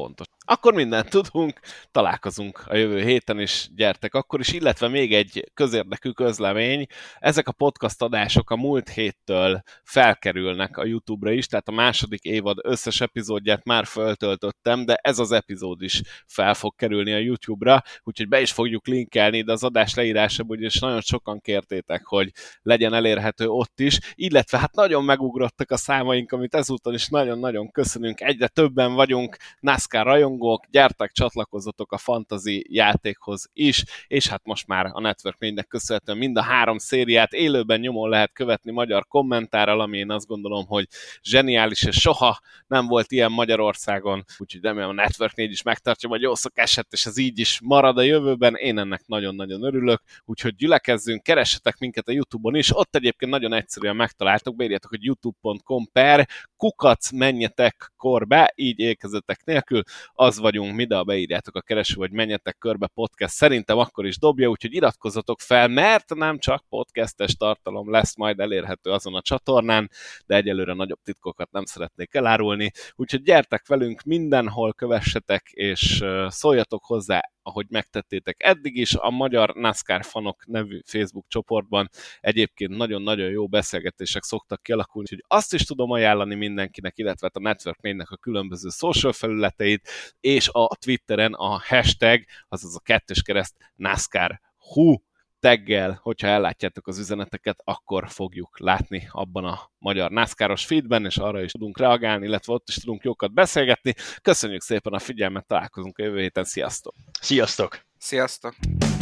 [SPEAKER 1] Akkor mindent tudunk, találkozunk a jövő héten is, gyertek akkor is, illetve még egy közérdekű közlemény, ezek a podcast adások a múlt héttől felkerülnek a YouTube-ra is, tehát a második évad összes epizódját már föltöltöttem, de ez az epizód is fel fog kerülni a YouTube-ra, úgyhogy be is fogjuk linkelni, de az adás leírásában ugyanis nagyon sokan kértétek, hogy legyen elérhető ott is, illetve hát nagyon megugrottak a számaink, amit ezúton is nagyon-nagyon köszönünk, egyre többen vagyunk, NASCAR rajongók, gyertek, csatlakozzatok a fantasy játékhoz is, és hát most már a Network négynek köszönhetően mind a három szériát élőben nyomon lehet követni magyar kommentárral, ami én azt gondolom, hogy zseniális, és soha nem volt ilyen Magyarországon, úgyhogy remélem a Network négy is megtartja, vagy jó szokását, és ez így is marad a jövőben, én ennek nagyon-nagyon örülök, úgyhogy gyülekezzünk, keressetek minket a YouTube-on is, ott egyébként nagyon egyszerűen megtaláltok, beírjátok, hogy youtube pont com per kukac menjetek korbe, így ékezetek nélkül, az vagyunk mi, de ha beírjátok a kereső, vagy menjetek körbe podcast, szerintem akkor is dobja, úgyhogy iratkozzatok fel, mert nem csak podcastes tartalom lesz majd elérhető azon a csatornán, de egyelőre nagyobb titkokat nem szeretnék elárulni, úgyhogy gyertek velünk, mindenhol kövessetek, és szóljatok hozzá, ahogy megtettétek eddig is, a Magyar NASCAR Fanok nevű Facebook csoportban egyébként nagyon-nagyon jó beszélgetések szoktak kialakulni, úgyhogy azt is tudom ajánlani mindenkinek, illetve a Network négynek a különböző social felületeit, és a Twitteren a hashtag, azaz a kettős kereszt NASCAR hú taggel, hogyha ellátjátok az üzeneteket, akkor fogjuk látni abban a magyar NASCAR-os feedben, és arra is tudunk reagálni, illetve ott is tudunk jókat beszélgetni. Köszönjük szépen a figyelmet, találkozunk a jövő héten, sziasztok!
[SPEAKER 2] Sziasztok!
[SPEAKER 3] Sziasztok!